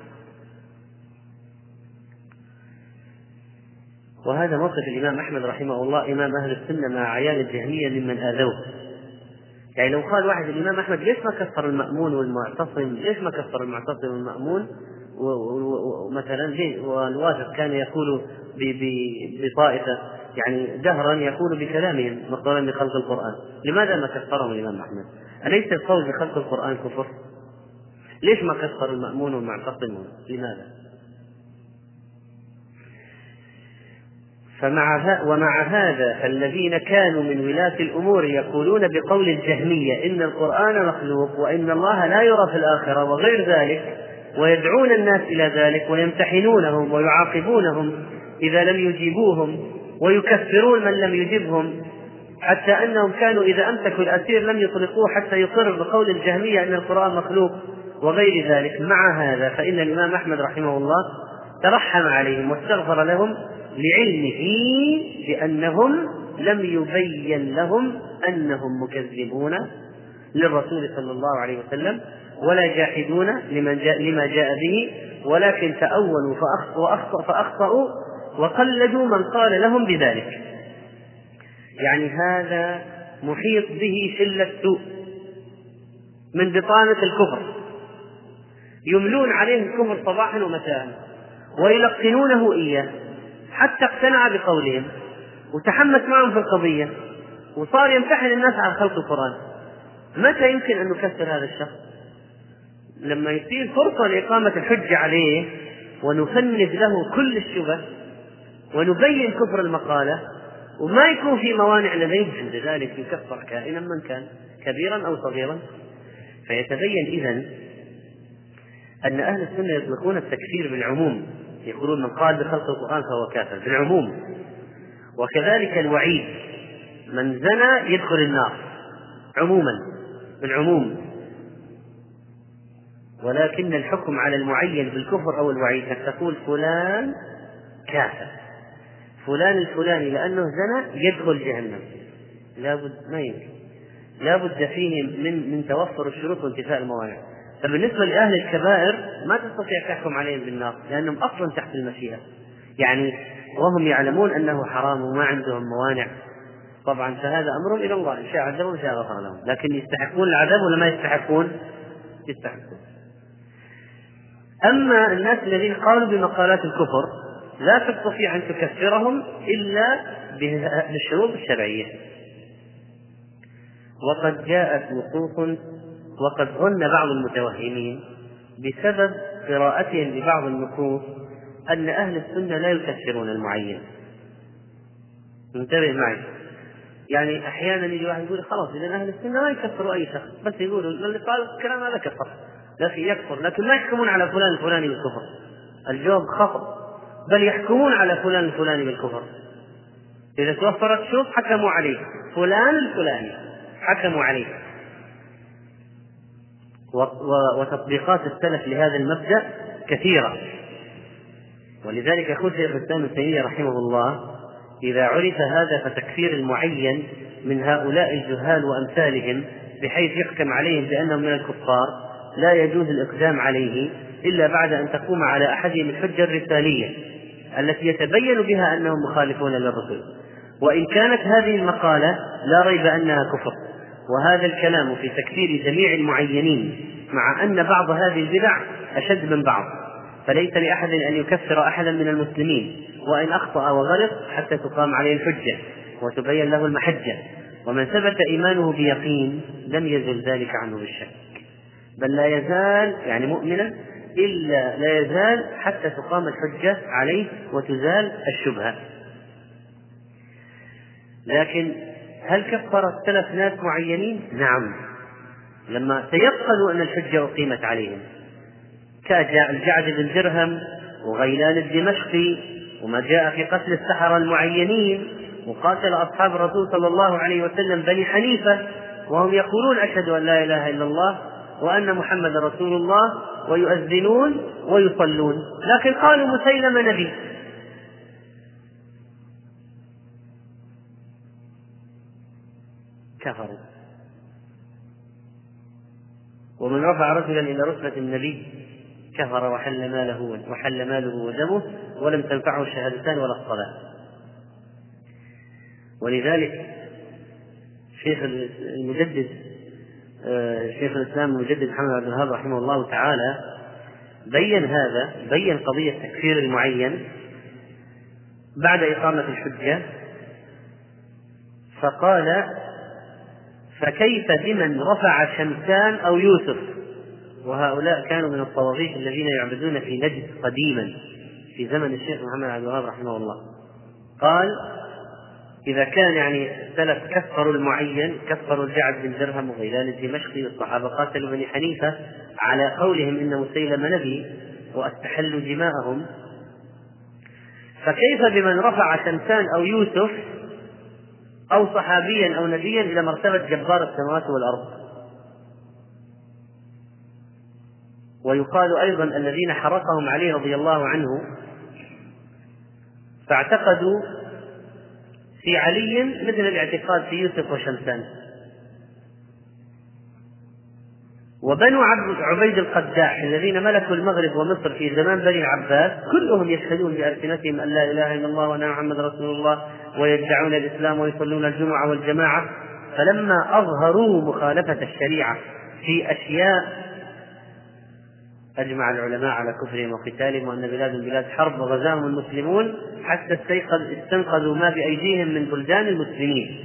وهذا موقف الإمام أحمد رحمه الله إمام أهل السنة مع عيال الجهمية ممن آذوه. يعني لو قال واحد الإمام أحمد ليش ما كفر المأمون والمعتصم، ليش ما كفر المعتصم والمأمون ومثلا والواثق كان يقول بطائفة يعني دهرا يقول بكلامهم مقارنة بخلق القرآن، لماذا ما كفرهم الإمام أحمد؟ أليس القول بخلق القرآن كفر؟ ليش ما كفر المأمون والمعتصم؟ لماذا؟ ومع هذا الذين كانوا من ولاة الأمور يقولون بقول الجهمية إن القرآن مخلوق وإن الله لا يرى في الآخرة وغير ذلك، ويدعون الناس إلى ذلك ويمتحنونهم ويعاقبونهم إذا لم يجيبوهم، ويكفرون من لم يجبهم، حتى أنهم كانوا إذا أمسكوا الأسير لم يطلقوه حتى يقر بقول الجهمية أن القرآن مخلوق وغير ذلك. مع هذا فإن الإمام أحمد رحمه الله ترحم عليهم واستغفر لهم لعلمه بأنهم لم يبين لهم أنهم مكذبون للرسول صلى الله عليه وسلم ولا جاحدون لما جاء به، ولكن تأولوا فأخطأوا وقلدوا من قال لهم بذلك. يعني هذا محيط به شلة سوء، من بطانة الكفر، يملون عليه الكفر صباحا ومساء ويلقنونه إياه حتى اقتنع بقولهم وتحمس معهم في القضية وصار يمتحن الناس على خلق القرآن. متى يمكن أن نكفر هذا الشخص؟ لما يصير فرصة لإقامة الحجة عليه ونفند له كل الشبه ونبين كفر المقالة وما يكون في موانع لديه، عند ذلك يكفر كائنا من كان، كبيرا أو صغيرا. فيتبين إذن أن أهل السنة يطلقون التكفير بالعموم، يقولون من قال بخلق القرآن فهو كافر بالعموم. وكذلك الوعيد، من زنى يدخل النار عموما بالعموم، ولكن الحكم على المعين بالكفر أو الوعيد أن تقول فلان كافر، فلان الفلاني لأنه زنى يدخل جهنم، لابد ما يمكن، لابد فيه من توفر الشروط وانتفاء الموانع. فبالنسبة لأهل الكبائر ما تستطيع تحكم عليهم بالنار لأنهم أصلا تحت المشيئة، يعني وهم يعلمون أنه حرام وما عندهم موانع، طبعا فهذا أمر إلى الله، إن شاء عذبهم وإن شاء غفر لهم، لكن يستحقون العذاب ولا ما يستحقون؟ يستحقون. أما الناس الذين قالوا بمقالات الكفر لا تستطيع أن تكفرهم إلا بالشروط الشرعية. وقد جاءت نصوص، وقد ظن بعض المتوهمين بسبب قراءتهم لبعض النصوص أن أهل السنة لا يكفرون المعين. انتبه معي، يعني أحيانا يجي واحد يقول خلاص إذا أهل السنة ما يكفروا أي شخص، بس يقولوا اللي قال الكلام هذا كفر، لكن يكفر، لكن ما يحكمون على فلان الفلاني بالكفر. الجواب خطأ، بل يحكمون على فلان الفلاني بالكفر. إذا توفرت شروط حكموا عليه، فلان الفلاني حكموا عليه. وتطبيقات السلف لهذا المبدأ كثيرة، ولذلك يقول شيخ الإسلام ابن تيمية رحمه الله: إذا عرف هذا فتكفير المعين من هؤلاء الجهال وأمثالهم بحيث يحكم عليهم بأنهم من الكفار لا يجوز الإقدام عليه إلا بعد أن تقوم على أحدهم الحجة الرسالية التي يتبين بها أنهم مخالفون للرسل، وإن كانت هذه المقالة لا ريب أنها كفر. وهذا الكلام في تكفير جميع المعينين، مع أن بعض هذه البدع أشد من بعض، فليس لأحد أن يكفر أحدا من المسلمين وإن أخطأ وغلط حتى تقام عليه الحجة وتبين له المحجة. ومن ثبت إيمانه بيقين لم يزل ذلك عنه بالشك، بل لا يزال يعني مؤمنا إلا لا يزال حتى تقام الحجة عليه وتزال الشبهة. لكن هل كفر السلف ناس معينين؟ نعم، لما تيقنوا أن الحجة أقيمت عليهم، كالجعد بن درهم وغيلان الدمشقي، وما جاء في قتل السحرة المعينين، وقاتل أصحاب الرسول صلى الله عليه وسلم بني حنيفة وهم يقولون أشهد أن لا إله إلا الله وأن محمد رسول الله ويؤذنون ويصلون، لكن قالوا مسيلمة نبي. كفروا. ومن رفع رجلا إلى رتبة النبي كفر وحل ماله ودمه ولم تنفعه الشهادتان ولا الصلاة. ولذلك شيخ الإسلام المجدد محمد بن عبد الوهاب رحمه الله تعالى بين قضية تكفير المعين بعد إقامة الحجة، فقال: فكيف بمن رفع شمسان أو يوسف؟ وهؤلاء كانوا من الطواغيت الذين يعبدون في نجد قديما في زمن الشيخ محمد عبد الوهاب رحمه الله. قال: إذا كان يعني السلف كفروا المعين، كفروا الجعد بن درهم وغيلان الدمشقي والصحابة قاتلوا بني حنيفة على قولهم إن مسيلمة نبي واستحلوا دماءهم، فكيف بمن رفع شمسان أو يوسف أو صحابيا أو نبيا إلى مرتبة جبار السماوات والأرض؟ ويقال أيضا الذين حرقهم علي رضي الله عنه فاعتقدوا في علي مثل الاعتقاد في يوسف وشمسان. وبنو عبيد القداح الذين ملكوا المغرب ومصر في زمان بني العباس كلهم يشهدون بألسنتهم أن لا إله إلا الله وأن محمد رسول الله ويدعون الإسلام ويصلون الجمعة والجماعة، فلما أظهروا مخالفة الشريعة في أشياء أجمع العلماء على كفرهم وقتالهم، وأن بلاد حرب وغزاهم المسلمون حتى استنقذوا ما بأيديهم من بلدان المسلمين.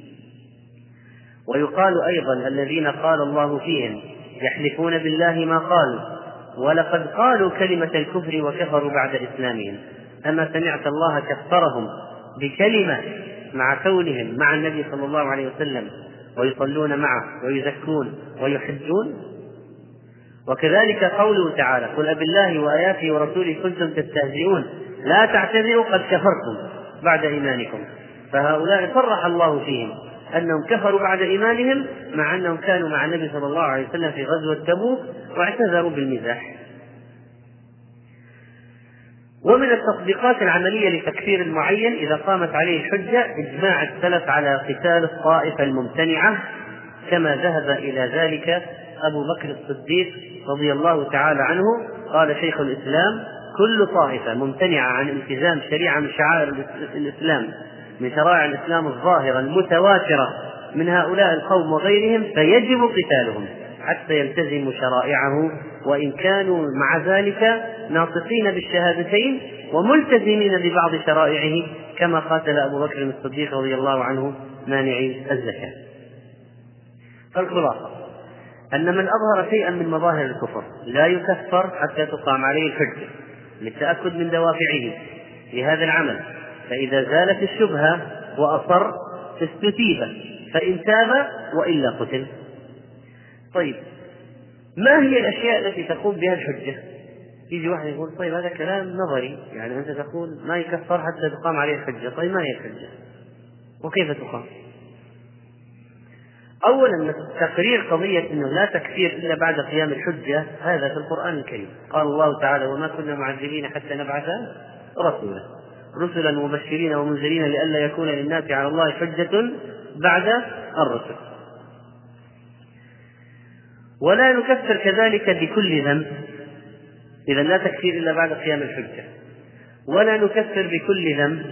ويقال أيضا الذين قال الله فيهم يحلفون بالله ما قالوا ولقد قالوا كلمة الكفر وكفروا بعد إسلامهم. أما سمعت الله كفرهم بكلمة مع كونهم مع النبي صلى الله عليه وسلم ويصلون معه ويزكون ويحجون؟ وكذلك قوله تعالى قل أبالله وآياته ورسوله كنتم تستهزئون لا تعتذروا قد كفرتم بعد إيمانكم. فهؤلاء صرح الله فيهم أنهم كفروا بعد إيمانهم مع أنهم كانوا مع النبي صلى الله عليه وسلم في غزوة تبوك واعتذروا بالمزاح. ومن التطبيقات العملية لتكفير المعين إذا قامت عليه الحجة إجماع السلف على قتال الطائفة الممتنعة، كما ذهب إلى ذلك أبو بكر الصديق رضي الله تعالى عنه. قال شيخ الإسلام كل طائفة ممتنعة عن التزام شريعة من شعائر الإسلام من شرائع الإسلام الظاهرة المتواترة من هؤلاء القوم وغيرهم فيجب قتالهم حتى يلتزموا شرائعه، وإن كانوا مع ذلك ناطقين بالشهادتين وملتزمين ببعض شرائعه، كما قاتل أبو بكر الصديق رضي الله عنه مانعي الزكاة. فالخلاصة أن من أظهر شيئا من مظاهر الكفر لا يكفر حتى تقام عليه الحجة للتأكد من دوافعه لهذا العمل، فإذا زالت الشبهة وأصر استتيب، فإن تاب وإلا قتل. طيب ما هي الأشياء التي تقوم بها الحجة؟ يجي واحد يقول طيب هذا كلام نظري، يعني أنت تقول ما يكفر حتى تقام عليه الحجة. طيب ما هي الحجة وكيف تقام؟ أولا تقرير قضية أنه لا تكفير إلا بعد قيام الحجة هذا في القرآن الكريم. قال الله تعالى وما كنا معذبين حتى نبعث رسلا مبشرين ومنذرين لئلا يكون للناس على الله حجة بعد الرسل. ولا نكفر كذلك بكل ذنب، إذا لا تكفير إلا بعد قيام الحجة. ولا نكفر بكل ذنب،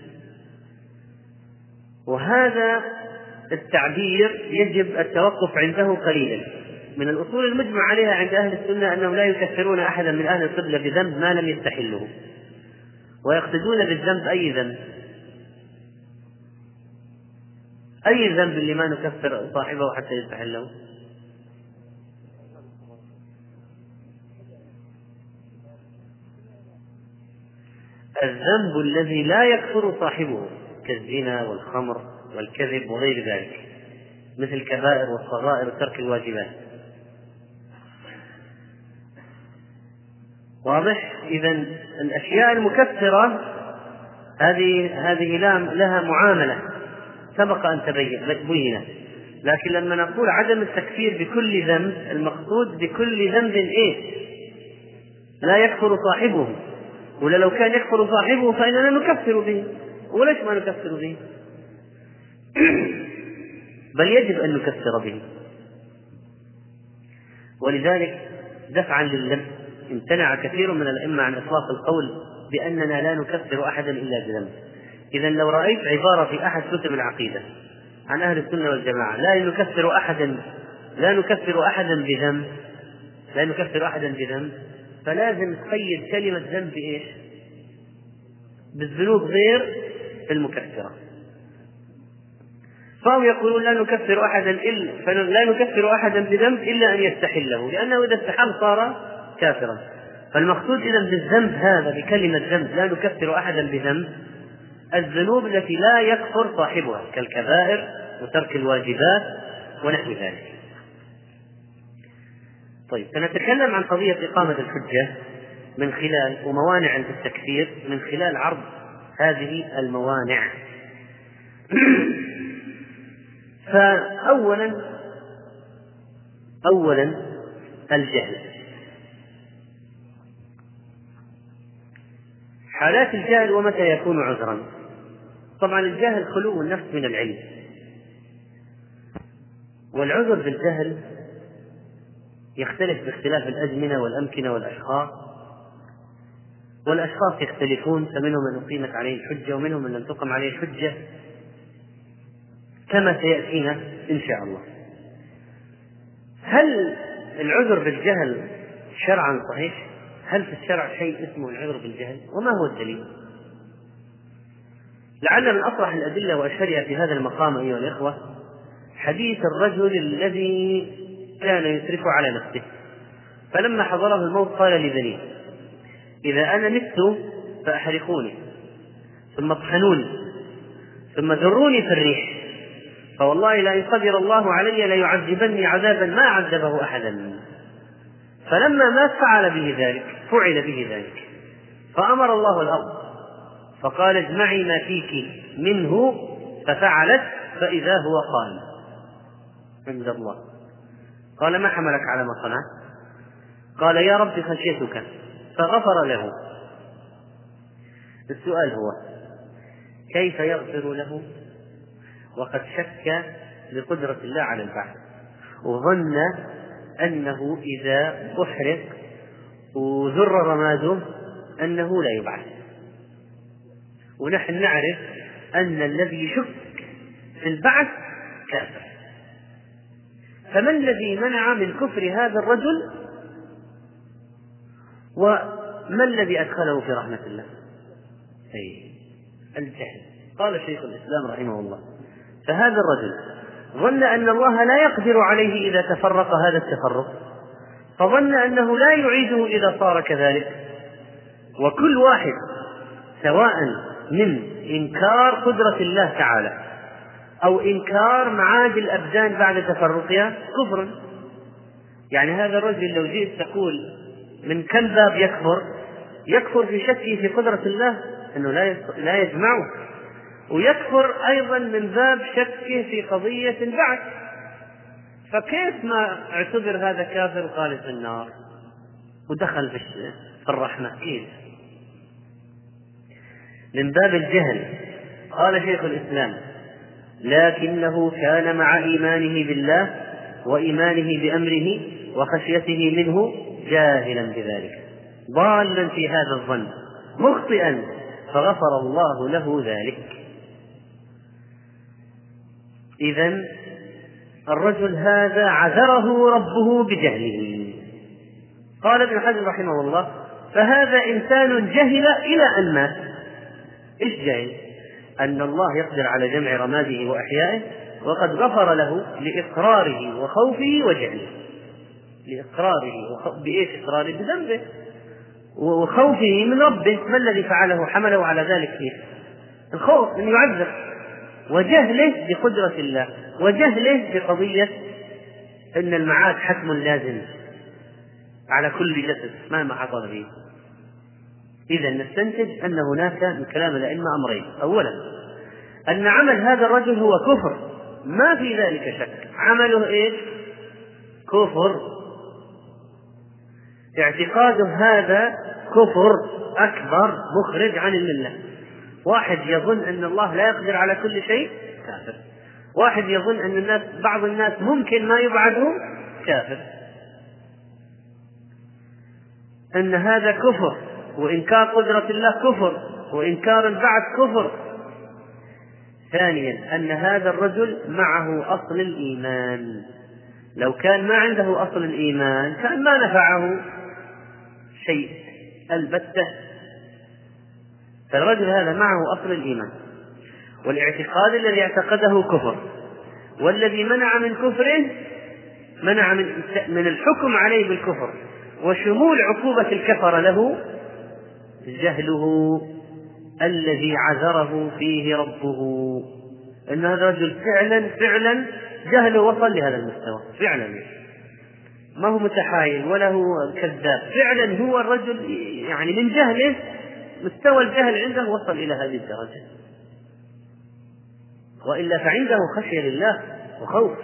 وهذا التعبير يجب التوقف عنده قليلا. من الأصول المجمع عليها عند أهل السنة أنهم لا يكفرون أحدا من أهل القبلة بذنب ما لم يستحله، ويقصدون بالذنب أي ذنب. أي ذنب اللي ما نكفر صاحبه حتى يستحله؟ الذنب الذي لا يكفر صاحبه كالزنا والخمر والكذب وغير ذلك، مثل الكبائر والصغائر وترك الواجبات. واضح؟ إذن الأشياء المكفرة هذه لها معاملة سبق أن تبين، لكن لما نقول عدم التكفير بكل ذنب المقصود بكل ذنب لا يكفر صاحبه، ولا لو كان يكفر صاحبه فإننا نكفر به. وليش ما نكفر به؟ بل يجب أن نكفر به. ولذلك دفعا للذنب امتنع كثير من الأئمة عن إطلاق القول بأننا لا نكفر أحدا إلا بذنب. إذن لو رأيت عبارة في أحد كتب العقيدة عن أهل السنة والجماعة لا نكفر أحدا بذنب، فلازم تقيد كلمة ذنب بإيش؟ بالذنوب غير المكفرة. فهم يقولون لا نكفر أحدا بذنب إلا أن يستحله، لأنه إذا استحل صار كافرا. فالمقصود إذن بالذنب هذا بكلمة ذنب لا نكفر أحدا بذنب الذنوب التي لا يكفر صاحبها كالكبائر وترك الواجبات ونحو ذلك. طيب سنتكلم عن قضية إقامة الحجة من خلال وموانع التكفير من خلال عرض هذه الموانع. فأولا الجهل. حالات الجهل ومتى يكون عذرا؟ طبعا الجهل خلو النفس من العلم، والعذر بالجهل يختلف باختلاف الأزمنة والأمكنة والأشخاص، والأشخاص يختلفون، فمنهم من أقيمت عليه الحجة ومنهم من لم تقم عليه الحجة كما سيأتينا إن شاء الله. هل العذر بالجهل شرعا صحيح؟ هل في الشرع شيء اسمه العذر بالجهل؟ وما هو الدليل؟ لعل من أصرح الأدلة وأشهرها في هذا المقام أيها الإخوة حديث الرجل الذي كان يسرف على نفسه، فلما حضره الموت قال لبنيه: إذا أنا مت فأحرقوني ثم اطحنوني ثم ذروني في الريح، فوالله لئن قدر الله علي ليعذبني عذابا ما عذبه أحدا. فلما مات فعل به ذلك، فأمر الله الأرض فقال: اجمعي ما فيك منه، ففعلت فإذا هو قائم عند الله. قال: ما حملك على ما صنعت؟ قال: يا رب خشيتك، فغفر له. السؤال هو: كيف يغفر له وقد شك بقدرة الله على البعث، وظن أنه إذا أحرق وذر رماده أنه لا يبعث؟ ونحن نعرف أن الذي يشك في البعث كافر. فما الذي منع من كفر هذا الرجل، وما الذي أدخله في رحمة الله؟ الجهل. قال شيخ الإسلام رحمه الله: فهذا الرجل ظن أن الله لا يقدر عليه إذا تفرق هذا التفرق، فظن أنه لا يعيده إذا صار كذلك. وكل واحد سواء من إنكار قدرة الله تعالى أو إنكار معاد الأبدان بعد تفرقها كفر. يعني هذا الرجل لو جئت تقول من كم باب يكفر في شكه في قدرة الله أنه لا يجمعه، ويكفر أيضا من باب شكه في قضية البعث. فكيف ما اعتبر هذا كافر خالد في النار ودخل في الرحمة؟ كيف؟ من باب الجهل. قال شيخ الإسلام: لكنه كان مع إيمانه بالله وإيمانه بأمره وخشيته منه جاهلا بذلك، ضالا في هذا الظن، مخطئا، فغفر الله له ذلك. إذن الرجل هذا عذره ربه بجهله. قال ابن حزم رحمه الله: فهذا إنسان جهل إلى أن مات. إيش جهل؟ أن الله يقدر على جمع رماده وأحيائه، وقد غفر له لإقراره وخوفه وجهله. لإقراره بإيش إقراره؟ بذنبه وخوفه من ربه. ما الذي فعله حمله على ذلك؟ فيه الخوف من يعذب، وجهله بقدرة الله، وجهله بقضية أن المعاد حتم لازم على كل جسد مهما حصل فيه. إذا نستنتج أن هناك من كلام الأئمة أمرين: أولا أن عمل هذا الرجل هو كفر، ما في ذلك شك، عمله إيش؟ كفر، اعتقاده هذا كفر أكبر مخرج عن الملة. واحد يظن أن الله لا يقدر على كل شيء، كافر. واحد يظن أن بعض الناس ممكن ما يبعدهم، كافر. أن هذا كفر، وإنكار قدرة الله كفر، وإنكار البعث كفر. ثانيا أن هذا الرجل معه أصل الإيمان، لو كان ما عنده أصل الإيمان كان ما نفعه شيء البتة. فالرجل هذا معه أصل الإيمان، والاعتقاد الذي اعتقده كفر، والذي منع من كفره منع من الحكم عليه بالكفر وشمول عقوبة الكفر له جهله الذي عذره فيه ربه. إن هذا الرجل فعلا جهله وصل لهذا المستوى فعلا، ما هو متحايل ولا هو كذاب، فعلا هو الرجل يعني من جهله مستوى الجهل عنده وصل إلى هذه الدرجة، وإلا فعنده خشية لله وخوف.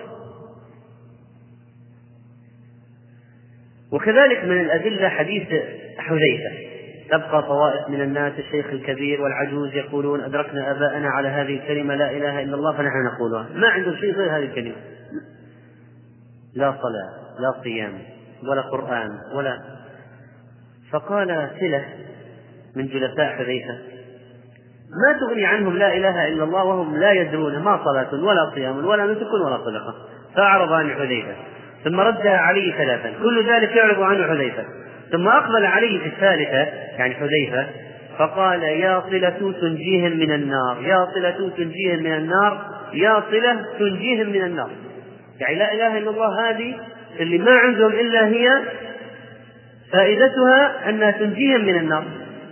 وكذلك من الأدلة حديث حذيفة: تبقى طوائف من الناس الشيخ الكبير والعجوز يقولون أدركنا آباءنا على هذه الكلمة لا إله إلا الله فنحن نقولها. ما عنده شيء غير هذه الكلمة، لا صلاة لا صيام ولا قرآن ولا. فقال سلة من جلساء حذيفة: ما تغني عنهم لا إله إلا الله وهم لا يدرون ما صلاة ولا صيام ولا نسك ولا صدقة. فأعرض عن حذيفة ثم ردها علي 3، كل ذلك يعرض عنه حذيفة، ثم أقبل علي في الثالثة يعني حذيفة فقال: يا صلة تنجيهم من النار، يا صلة تنجيهم من النار، يا صلة تنجيهم من النار. يعني لا إله إلا الله هذه اللي ما عندهم إلا هي فائدتها أنها تنجيهم من النار.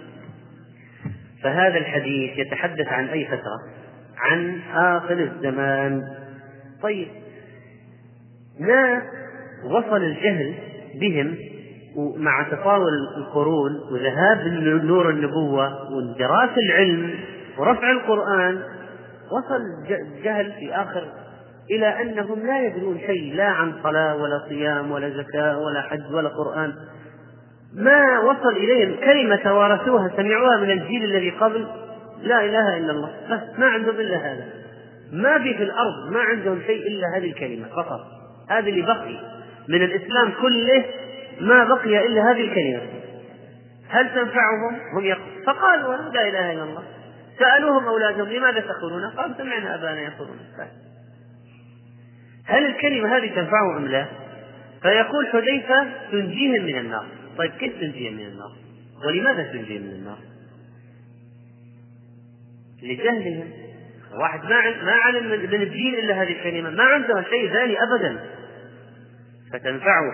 فهذا الحديث يتحدث عن أي فترة؟ عن آخر الزمان. طيب، ما وصل الجهل بهم مع تطاول القرون وذهاب نور النبوة واندراس العلم ورفع القرآن، وصل الجهل في آخر إلى أنهم لا يدرون شيء، لا عن صلاة ولا صيام ولا زكاة ولا حج ولا قرآن. ما وصل إليهم كلمة توارثوها سمعوها من الجيل الذي قبل: لا إله إلا الله، بس ما عندهم إلا هذا، ما في الأرض ما عندهم شيء إلا هذه الكلمة فقط. هذه اللي بقي من الإسلام كله، ما بقي إلا هذه الكلمة. هل تنفعهم؟ هم فقالوا: لا إله إلا الله. سألوهم أولادهم: لماذا تقولون؟ قالوا: سمعنا أبانا يقولون. هل الكلمة هذه تنفعهم أم لا؟ فيقول حذيفة: تنجيهم من النار. طيب، كيف تنجيهم من النار؟ ولماذا تنجيهم من النار؟ لجهلهم. واحد ما علم من الدين إلا هذه الكلمة، ما عنده شيء ثاني أبدا، فتنفعه.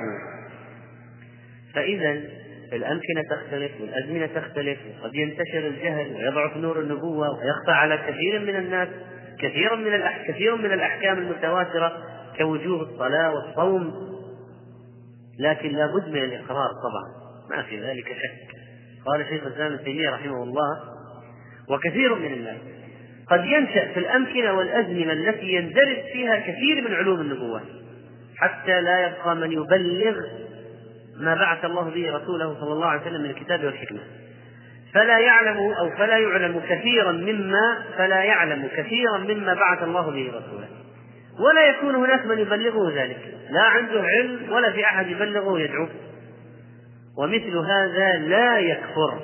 فإذا الأمكنة تختلف والأزمنة تختلف، وقد ينتشر الجهل ويضعف نور النبوة ويخفى على كثير من الناس كثير من الأحكام المتواترة كوجوب الصلاة والصوم، لكن لا بد من الإقرار طبعا، ما في ذلك شك. قال شيخ الإسلام ابن تيمية رحمه الله: وكثير من الناس قد ينشأ في الأمكنة والأزمنة التي يندرس فيها كثير من علوم النبوة حتى لا يبقى من يبلغ ما بعث الله به رسوله صلى الله عليه وسلم من الكتاب والحكمة، فلا يعلم كثيرا مما بعث الله به رسوله، ولا يكون هناك من يبلغه ذلك، لا عنده علم ولا في أحد يبلغه يدعوه. ومثل هذا لا يكفر.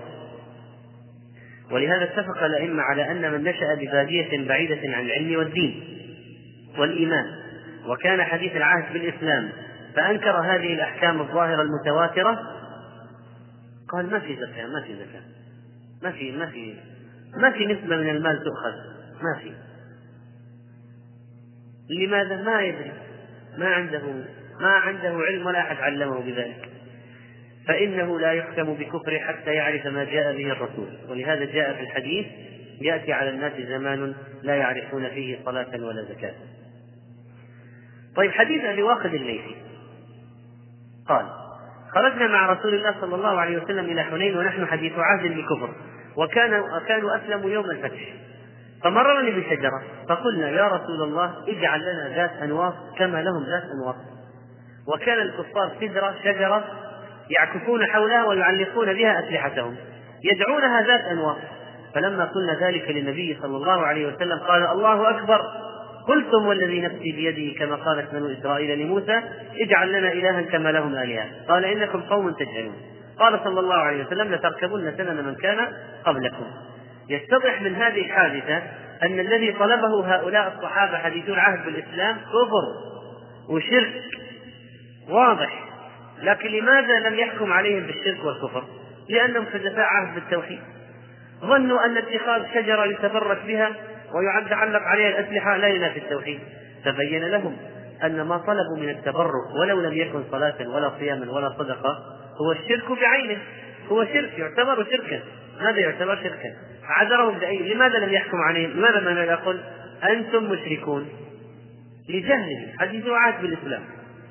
ولهذا اتفق الأئمة على أن من نشأ ببادية بعيدة عن العلم والدين والإيمان وكان حديث العهد بالإسلام فأنكر هذه الأحكام الظاهرة المتواترة، قال: ما في زكاة، ما في نسبة من المال تؤخذ، ما في. لماذا؟ ما يدري، ما عنده علم ولا أحد علمه بذلك، فإنه لا يحكم بكفر حتى يعرف ما جاء به الرسول. ولهذا جاء في الحديث: يأتي على الناس زمان لا يعرفون فيه صلاة ولا زكاة. طيب، حديث أبي واقد الليثي قال: خرجنا مع رسول الله صلى الله عليه وسلم إلى حنين ونحن حديث عهد بالكفر، وكانوا أسلموا يوم الفتح، فمررني بشجرة فقلنا: يا رسول الله، اجعل لنا ذات أنواط كما لهم ذات أنواط. وكان الكفار شجرة يعكفون حولها ويعلقون بها أسلحتهم يدعونها ذات أنواط. فلما قلنا ذلك للنبي صلى الله عليه وسلم قال: الله أكبر، قلتم والذي نفسي بيده كما قالت بنو إسرائيل لموسى: اجعل لنا إلها كما لهم آلهة، قال: إنكم قوم تجهلون. قال صلى الله عليه وسلم: لتركبن سنن من كان قبلكم. يتضح من هذه الحادثة أن الذي طلبه هؤلاء الصحابة حديثو العهد بالإسلام كفر وشرك واضح، لكن لماذا لم يحكم عليهم بالشرك والكفر؟ لأنهم حدثاء عهد بالتوحيد، ظنوا أن اتخاذ شجرة يتبرك بها ويعلق عليها الأسلحة لا ينافي التوحيد، فبين لهم أن ما طلبوا من التبرك ولو لم يكن صلاة ولا صياما ولا صدقة هو الشرك بعينه، هو شرك يعتبر شركا. ماذا يعتبر شركا؟ عذرهم بأي؟ لماذا لم يحكم عليهم؟ لماذا ما يقول أنتم مشركون؟ لجهله حديث عهد بالإسلام.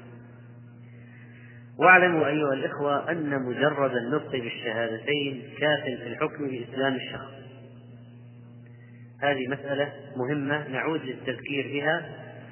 واعلموا أيها الإخوة أن مجرد النطق بالشهادتين كاف في الحكم بإسلام الشخص. هذه مسألة مهمة نعود للتذكير بها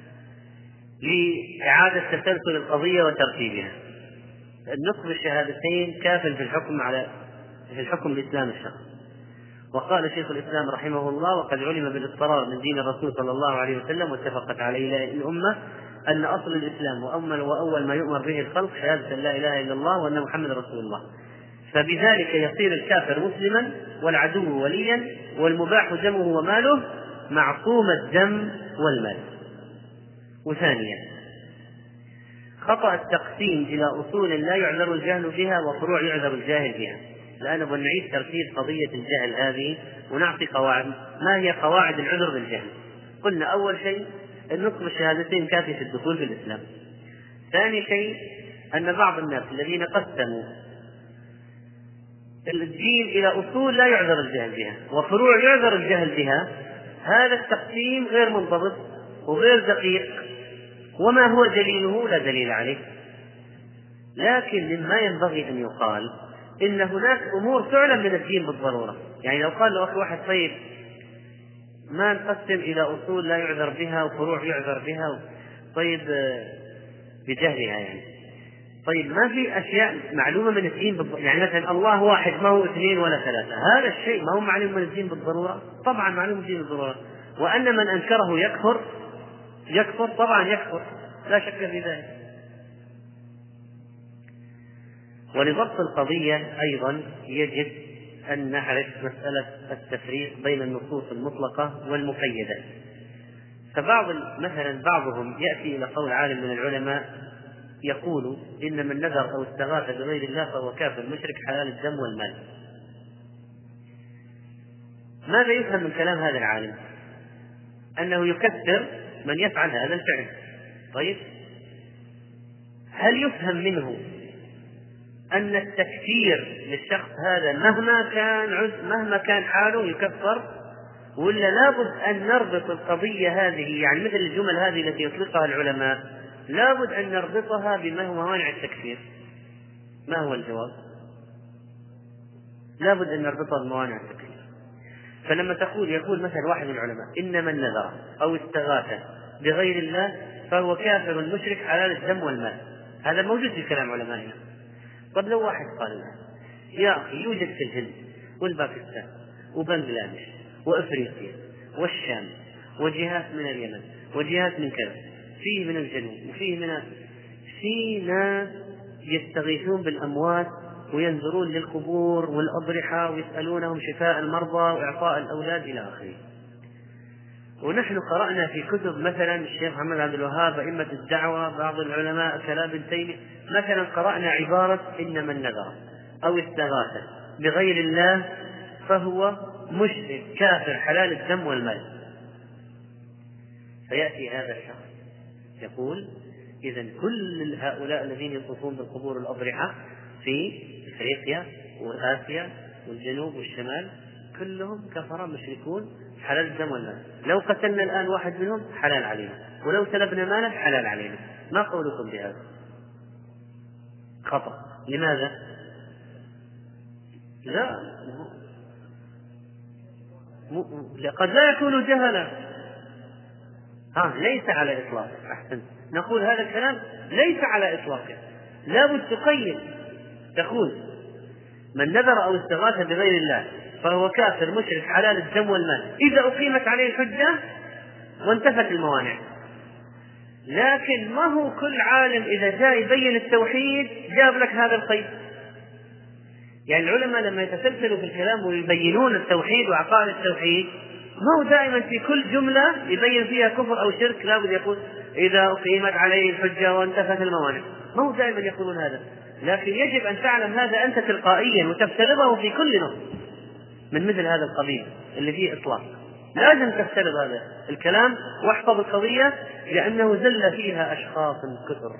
لإعادة تسلسل القضية وترتيبها. النطق بالشهادتين كاف في الحكم بإسلام الشخص. وقال شيخ الإسلام رحمه الله: وقد علم بالاضطرار من دين الرسول صلى الله عليه وسلم واتفقت عليه الأمة أن أصل الإسلام وأول ما يؤمر به الخلق شهادة لا إله إلا الله وأن محمد رسول الله، فبذلك يصير الكافر مسلما والعدو وليا والمباح دمه وماله معصوم الدم والمال. وثانيا، خطأ التقسيم إلى أصول لا يعذر الجهل بها وفروع يعذر الجاهل بها. الآن نبغى نعيد ترتيب قضية الجهل هذه ونعطي قواعد. ما هي قواعد العذر بالجهل؟ قلنا أول شيء النطق بالشهادتين كافي في الدخول في الإسلام. ثاني شيء أن بعض الناس الذين قسموا الدين إلى أصول لا يعذر الجهل بها وفروع يعذر الجهل بها، هذا التقسيم غير منضبط وغير دقيق، وما هو دليله؟ لا دليل عليه. لكن مما ينبغي أن يقال إن هناك أمور تعلم من الدين بالضرورة. يعني لو قال له واحد طيب ما نقسم إلى أصول لا يعذر بها وفروع يعذر بها، طيب بجهلها يعني، طيب ما في أشياء معلومة من الدين يعني مثلا الله واحد ما هو اثنين ولا ثلاثة، هذا الشيء ما هو معلوم من الدين بالضرورة؟ طبعا معلوم من الدين بالضرورة. وأن من أنكره يكفر طبعا يكفر، لا شك في ذلك. ولضبط القضية أيضا يجب أن نعرف مسألة التفريق بين النصوص المطلقة والمقيدة. مثلا بعضهم يأتي إلى قول عالم من العلماء يقول إن من نذر أو استغاث بغير الله فهو كافر مشرك حلال الدم والمال. ماذا يفهم من كلام هذا العالم؟ أنه يكفر من يفعل هذا الفعل. طيب هل يفهم منه أن التكفير للشخص هذا مهما كان حاله يكفر، ولا لابد أن نربط القضية هذه، يعني مثل الجمل هذه التي يطلقها العلماء لابد أن نربطها بما هو موانع التكفير؟ ما هو الجواب؟ لابد أن نربطها بموانع التكفير. فلما يقول مثلا واحد من العلماء إن من نذر أو استغاث بغير الله فهو كافر مشرك حلال الدم والمال، هذا موجود في كلام علمائنا. طب لو واحد قال له يا أخي يوجد في الهند والباكستان وبنغلاديش وأفريقيا والشام وجهات من اليمن وجهات من كذا، فيه من الجنوب وفيه في ناس يستغيثون بالأموات وينظرون للقبور والأضرحة ويسألونهم شفاء المرضى وإعطاء الأولاد إلى آخره. ونحن قرأنا في كتب مثلا الشيخ محمد عبد الوهاب أئمة الدعوة بعض العلماء كلام ابن تيمية مثلا قرأنا عبارة إن من نذر أو استغاث بغير الله فهو مشرك كافر حلال الدم والمال. فيأتي هذا الشخص يقول إذن كل هؤلاء الذين يطوفون بالقبور الأضرحة في أفريقيا وآسيا والجنوب والشمال كلهم كفرة مشركون حلال الدم والمال. لو قتلنا الآن واحد منهم حلال علينا، ولو سلبنا ماله حلال علينا. ما قولكم بهذا؟ خطأ. لماذا؟ لا قد لا يكون جهلا. ليس على إطلاق. أحسن، نقول هذا الكلام ليس على إطلاقه، لابد تقيد. تقول من نذر أو استغاث بغير الله فهو كافر مشرك حلال الدم والمال إذا أقيمت عليه الحجة وانتفت الموانع. لكن ما هو كل عالم إذا جاء يبين التوحيد جاب لك هذا القيد. يعني العلماء لما يتسلسلوا في الكلام ويبينون التوحيد وعقائد التوحيد ما هو دائما في كل جملة يبين فيها كفر أو شرك لابد يقول إذا أقيمت عليه الحجة وانتفت الموانع، ما هو دائما يقولون هذا. لكن يجب أن تعلم هذا أنت تلقائيا وتفترضه في كل نص من مثل هذا القبيل اللي فيه إطلاق. لازم تفترض هذا الكلام واحفظ القضية لأنه زل فيها أشخاص كثر.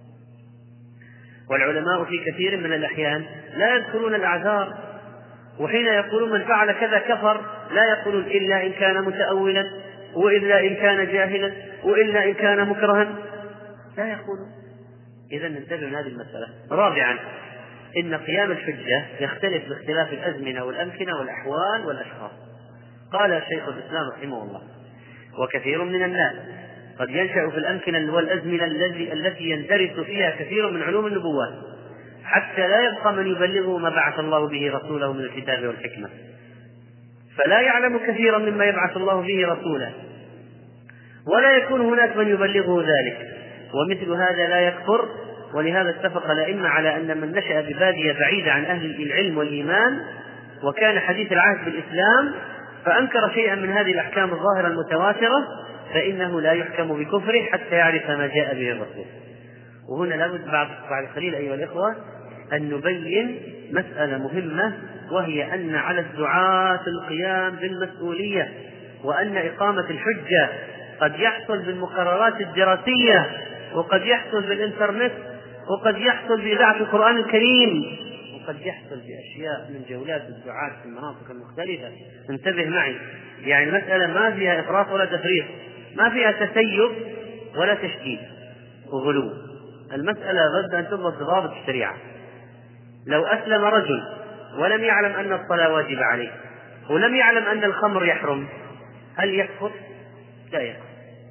والعلماء في كثير من الأحيان لا يذكرون الأعذار، وحين يقولون من فعل كذا كفر لا يقولون إلا إن كان متأولا وإلا إن كان جاهلا وإلا إن كان مكرها، لا يقولون. إذا ننتبه من هذه المسألة. رابعا إن قيام الحجة يختلف باختلاف الأزمنة والأمكنة والأحوال والأشخاص. قال شيخ الإسلام رحمه الله وكثير من الناس قد ينشأ في الأمكنة والأزمنة التي يندرس فيها كثير من علوم النبوات حتى لا يبقى من يبلغه ما بعث الله به رسوله من الكتاب والحكمة، فلا يعلم كثيرا مما يبعث الله به رسوله ولا يكون هناك من يبلغه ذلك، ومثل هذا لا يكفر. ولهذا اتفق الأئمة على أن من نشأ ببادية بعيدة عن أهل العلم والإيمان وكان حديث العهد بالإسلام فأنكر شيئا من هذه الأحكام الظاهرة المتواترة فإنه لا يحكم بكفره حتى يعرف ما جاء به الرسول. وهنا لابد بعد قليل أيها الإخوة أن نبين مسألة مهمة، وهي أن على الدعاة القيام بالمسؤولية، وأن إقامة الحجة قد يحصل بالمقررات الدراسية، وقد يحصل بالإنترنت، وقد يحصل بإذاعة القرآن الكريم، وقد يحصل بأشياء من جولات الدعاة في المناطق المختلفة. انتبه معي، يعني المسألة ما فيها إفراط ولا تفريط، ما فيها تسيب ولا تشديد وغلو. المسألة لابد أن تضبط بضابط الشريعة. لو أسلم رجل ولم يعلم أن الصلاة واجبة عليه، ولم يعلم أن الخمر يحرم، هل يكفر؟ لا يكفر.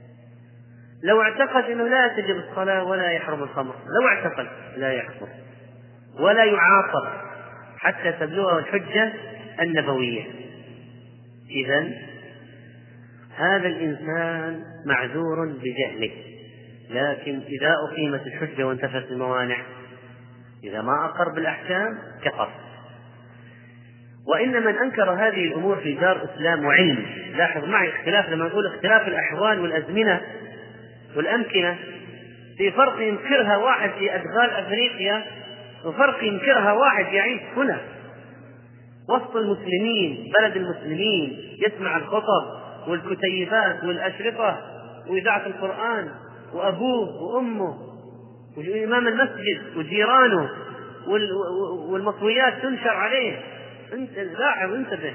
لو اعتقد أنه لا تجب الصلاة ولا يحرم الخمر، لو اعتقد، لا يكفر ولا يعاقب حتى تبلغه الحجة النبوية. إذن هذا الإنسان معذور بجهله، لكن إذا أقيمت الحجة وانتفت الموانع، إذا ما أقر بالأحكام كفر. وإن من أنكر هذه الأمور في دار إسلام وعلم، لاحظ معي اختلاف، لما نقول اختلاف الأحوال والأزمنة والأمكنة، في فرق ينكرها واحد في أدغال أفريقيا، وفرق ينكرها واحد يعيش هنا وسط المسلمين، بلد المسلمين، يسمع الخطب والكتيبات والأشرطة وإذاعة القرآن، وأبوه وأمه وإمام المسجد وجيرانه والمطويات تنشر عليه. انت لاحظ، انتبه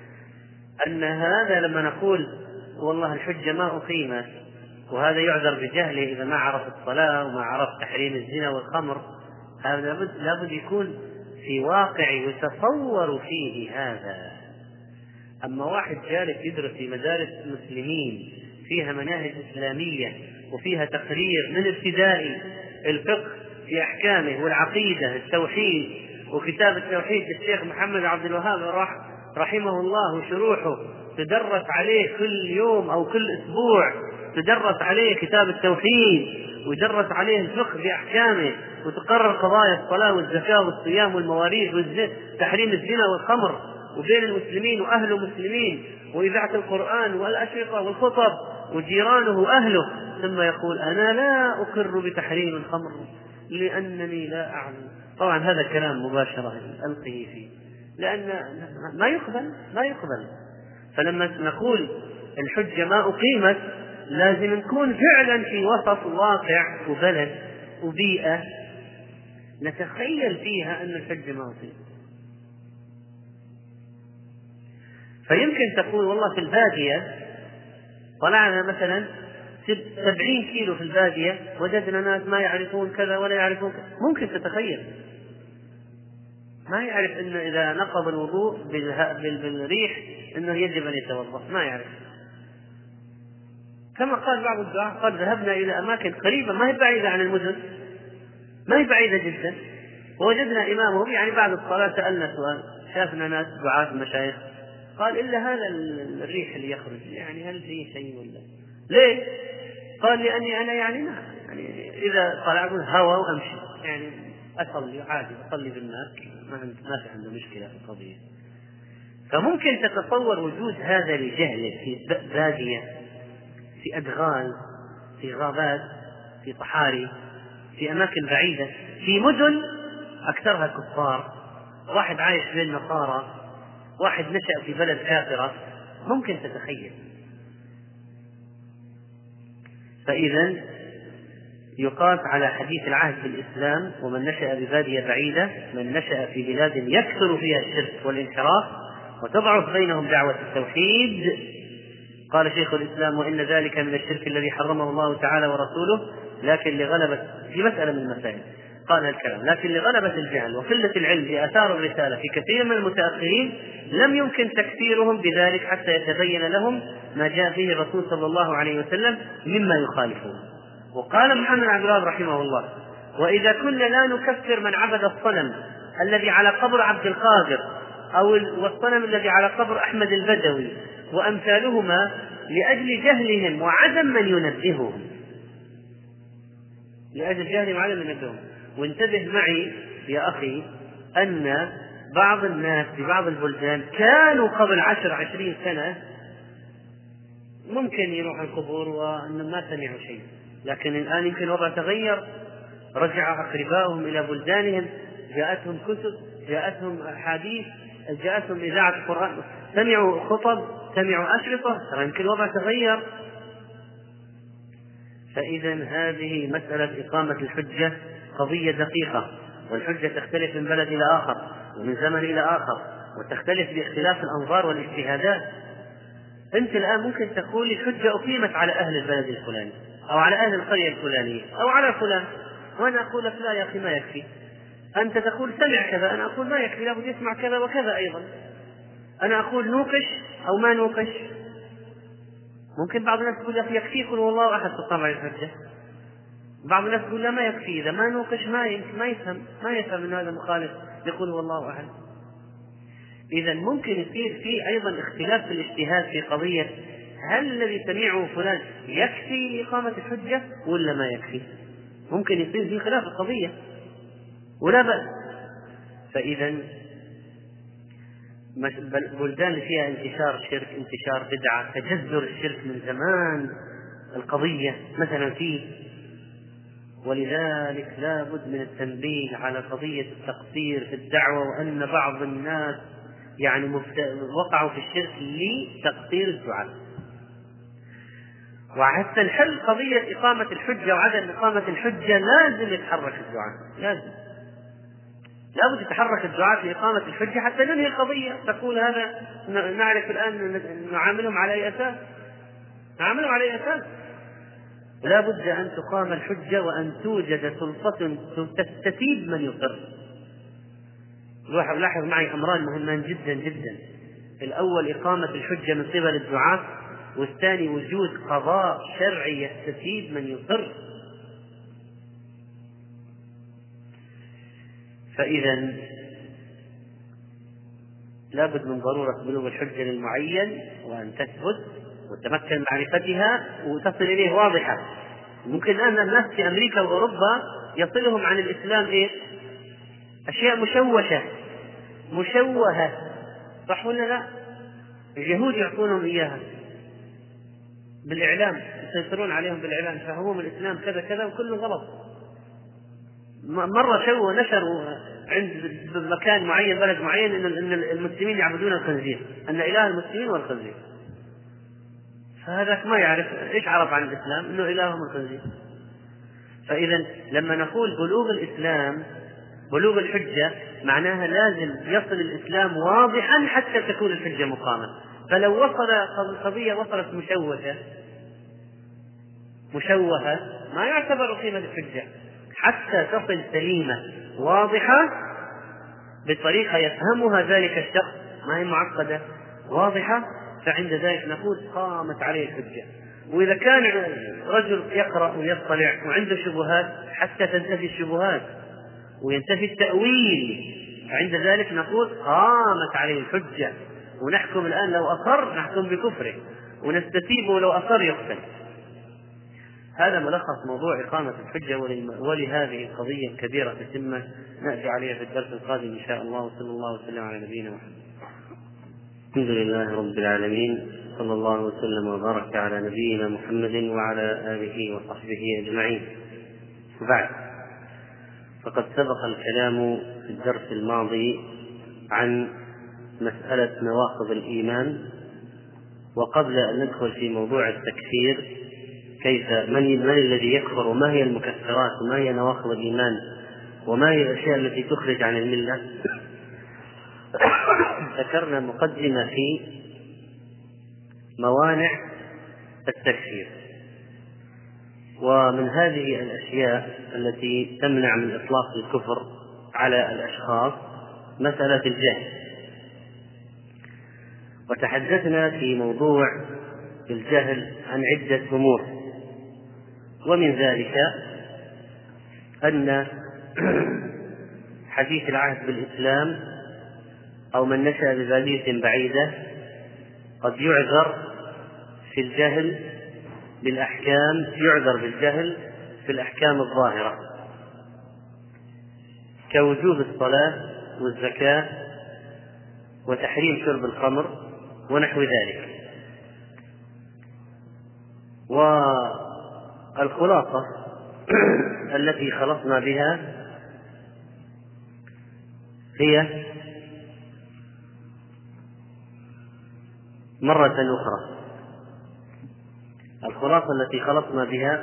أن هذا لما نقول والله الحجة ما أقيمت، وهذا يعذر بجهله إذا ما عرف الصلاة وما عرف تحريم الزنا والخمر، هذا لابد يكون في واقع يتصور فيه هذا. أما واحد جالس يدرس في مدارس المسلمين فيها مناهج إسلامية وفيها تقرير من ابتدائي الفقه في أحكامه والعقيدة التوحيد وكتاب التوحيد للشيخ محمد عبد الوهاب رحمه الله، وشروحه تدرس عليه كل يوم أو كل أسبوع، تدرس عليه كتاب التوحيد ويدرس عليه الفقه بأحكامه، وتقرر قضايا الصلاة والزكاة والصيام والمواريث وتحريم الزنا والخمر وبين المسلمين وأهل المسلمين وإذاعة القرآن والأشرطة والخطب وجيرانه وأهله، ثم يقول أنا لا أقر بتحريم الخمر لأنني لا أعلم. طبعا هذا كلام مباشرة ألقيه فيه، لأن ما يقبل. فلما نقول الحجة ما أقيمت، لازم نكون فعلا في وسط واقع وبلد وبيئة نتخيل فيها أن الحجة ما أقيمت. فيمكن تقول والله في البادية طلعنا مثلا 70 كيلو في البادية، وجدنا ناس ما يعرفون كذا ولا يعرفون كذا. ممكن تتخيل ما يعرف أنه إذا نقض الوضوء بالريح أنه يجب أن يتوضأ، ما يعرف. كما قال بعض الدعاة قد ذهبنا إلى أماكن قريبة ما هي بعيدة عن المدن، ما هي بعيدة جدا، ووجدنا إمامهم يعني بعد الصلاة سألنا سؤال، شافنا ناس دعاة المشايخ، قال إلا هذا الريح اللي يخرج، يعني هل فيه شيء ولا ليه؟ قال لأني أنا يعني إذا طلعت هوا وأمشي، يعني أصلي عادي، أصلي بالناس، ما في عنده مشكلة في القضية. فممكن تتصور وجود هذا الجهل في بادية، في أدغال، في غابات، في صحاري، في أماكن بعيدة، في مدن أكثرها كفار، واحد عايش بين نصارى، واحد نشأ في بلد كافرة، ممكن تتخيل. فإذا يقاس على حديث العهد بالإسلام ومن نشأ ببادية بعيدة، من نشأ في بلاد يكثر فيها الشرك والانحراف وتضعف بينهم دعوة التوحيد. قال شيخ الإسلام وإن ذلك من الشرك الذي حرمه الله تعالى ورسوله، لكن لغلبة في مسألة من المسائل قال الكلام، لكن لغلبة الجهل وقلة العلم بآثار الرسالة في كثير من المتأخرين لم يمكن تكفيرهم بذلك حتى يتبين لهم ما جاء فيه الرسول صلى الله عليه وسلم مما يخالفه. وقال محمد عبد الوهاب رحمه الله وإذا كنا لا نكفر من عبد الصنم الذي على قبر عبد القادر أو والصنم الذي على قبر أحمد البدوي وأمثالهما لأجل جهلهم وعدم من ينبههم، لأجل جهلهم وعدم من ينبههم. وانتبه معي يا أخي أن بعض الناس في بعض البلدان كانوا قبل 10-20 سنة ممكن يروح القبور وأنهم ما سمعوا شيء، لكن الآن يمكن الوضع تغير رجع أقرباؤهم إلى بلدانهم، جاءتهم كتب، جاءتهم أحاديث، جاءتهم إذاعة القرآن، سمعوا خطب، سمعوا أشرطة، ترى يمكن الوضع تغير. فإذا هذه مسألة إقامة الحجة قضية دقيقة، والحجة تختلف من بلد إلى آخر ومن زمن إلى آخر، وتختلف باختلاف الأنظار والاجتهادات. أنت الآن ممكن تقول الحجة أقيمت على أهل البلد الفلاني أو على أهل القرية الفلانية أو على فلان، وأنا أقول لك لا يا أخي ما يكفي. أنت تقول سمع كذا، أنا أقول ما يكفي، لابد يسمع كذا وكذا أيضا. أنا أقول نوقش أو ما نوقش. ممكن بعض الناس يقول يا أخي يكفي قل والله أحد تقام على الحجة، بعض الناس يقول لا ما يكفي، إذا ما نوقش ما يفهم أن هذا مخالف يقول والله أحد. إذا ممكن يصير في أيضا اختلاف في الاجتهاد في قضية هل الذي سمعه فلان يكفي لإقامة الحجة ولا ما يكفي، ممكن يصير في خلاف القضية ولا بأس. فإذا بلدان اللي فيها انتشار شرك، انتشار بدعة، تجذر الشرك من زمان القضية مثلا فيه، ولذلك لا بد من التنبيه على قضية التقصير في الدعوة، وأن بعض الناس يعني وقعوا في الشرك لتقصير الدعاء. وحتى الحل قضية إقامة الحجة وعدم إقامة الحجة لازم يتحرك الدعاء، لابد يتحرك الدعاء في إقامة الحجة حتى ننهي القضية. تقول هذا نعرف الآن نعاملهم على أي أساس؟ نعاملهم على أي أساس؟ لا بد أن تقام الحجة وأن توجد سلطة تستفيد من يقر. لاحظ معي أمران مهمان جدا جدا: الأول إقامة الحجة من قبل الدعاة، والثاني وجود قضاء شرعي يستفيد من يقر. فإذا لابد من ضرورة بلوغ الحجة للمعين وأن تثبت وتمكن معرفتها وتصل إليه واضحة. ممكن الآن الناس في أمريكا وأوروبا يصلهم عن الإسلام أشياء مشوهة، صح ولا لا؟ اليهود يعطونهم إياها بالإعلام، يسيطرون عليهم بالإعلام، فهمهم الإسلام كذا كذا وكله غلط. مرة نشروا عند مكان معين بلد معين أن المسلمين يعبدون الخنزير، أن إله المسلمين هو الخنزير. فهذاك ما يعرف إيش عرف عن الإسلام، إنه إلههم الخنزير. فإذا لما نقول بلوغ الإسلام بلوغ الحجة معناها لازم يصل الإسلام واضحا حتى تكون الحجة مقامة. فلو القضية وصلت مشوهة ما يعتبر قيمة الحجة، حتى تصل سليمة واضحة بطريقة يفهمها ذلك الشخص، ما هي معقدة، واضحة، فعند ذلك نقول قامت عليه الحجة. وإذا كان رجل يقرأ ويطلع وعنده شبهات حتى تنتفي الشبهات وينتفي التأويل، عند ذلك نقول قامت عليه الحجة، ونحكم الآن لو أصر نحكم بكفره، ونستتيبه لو أصر يقتل. هذا ملخص موضوع إقامة الحجة ولهذه القضية الكبيرة تتمة نأتي عليها في الدرس القادم إن شاء الله. وصلى الله وسلم على نبينا محمد. الحمد لله رب العالمين، صلى الله وسلم وبارك على نبينا محمد وعلى آله وصحبه أجمعين. وبعد، فقد سبق الكلام في الدرس الماضي عن مسألة نواقض الإيمان، وقبل أن ندخل في موضوع التكفير من الذي يكفر وما هي المكفرات وما هي نواقض الإيمان وما هي الأشياء التي تخرج عن الملة، ذكرنا مقدمة في موانع التكفير. ومن هذه الأشياء التي تمنع من إطلاق الكفر على الأشخاص مسألة الجهل. وتحدثنا في موضوع الجهل عن عدة أمور، ومن ذلك أن حديث العهد بالإسلام أو من نشأ ببادية بعيدة قد يعذر في الجهل بالأحكام، يعذر بالجهل في الأحكام الظاهرة كوجوب الصلاة والزكاة وتحريم شرب الخمر ونحو ذلك. والخلاصة التي خلصنا بها هي مرة أخرى الخلاصة التي خلصنا بها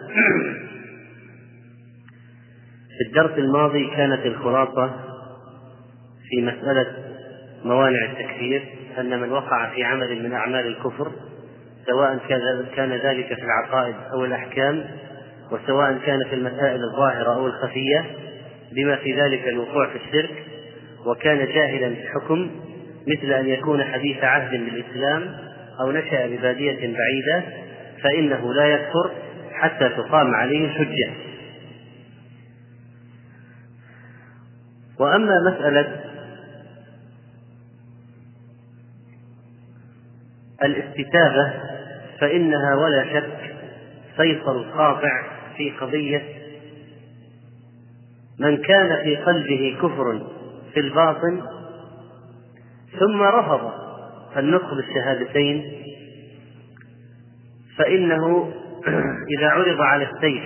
في الدرس الماضي كانت الخلاصة في مسألة موانع التكفير، أن من وقع في عمل من أعمال الكفر سواء كان ذلك في العقائد أو الأحكام، وسواء كان في المسائل الظاهرة أو الخفية، بما في ذلك الوقوع في الشرك، وكان جاهلا بالحكم، مثل أن يكون حديث عهد بالإسلام أو نشأ ببادية بعيدة، فإنه لا يكفر حتى تقام عليه الحجة. وأما مسألة الاستتابة فإنها ولا شك فيصل قاطع في قضية من كان في قلبه كفر في الباطن ثم رفض النطق بالشهادتين، فإنه إذا عرض على السيف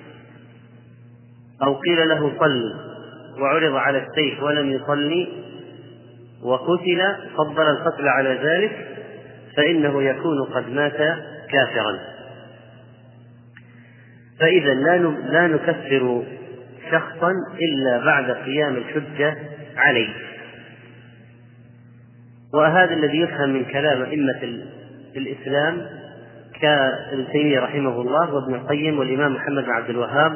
أو قيل له صل وعرض على السيف ولم يصلي وقتل فضل القتل على ذلك، فإنه يكون قد مات كافرا. فإذا لا نكفر شخصا إلا بعد قيام الحجة عليه. وهذا الذي يفهم من كلام أئمة الإسلام كابن تيمية رحمه الله وابن القيم والإمام محمد بن عبد الوهاب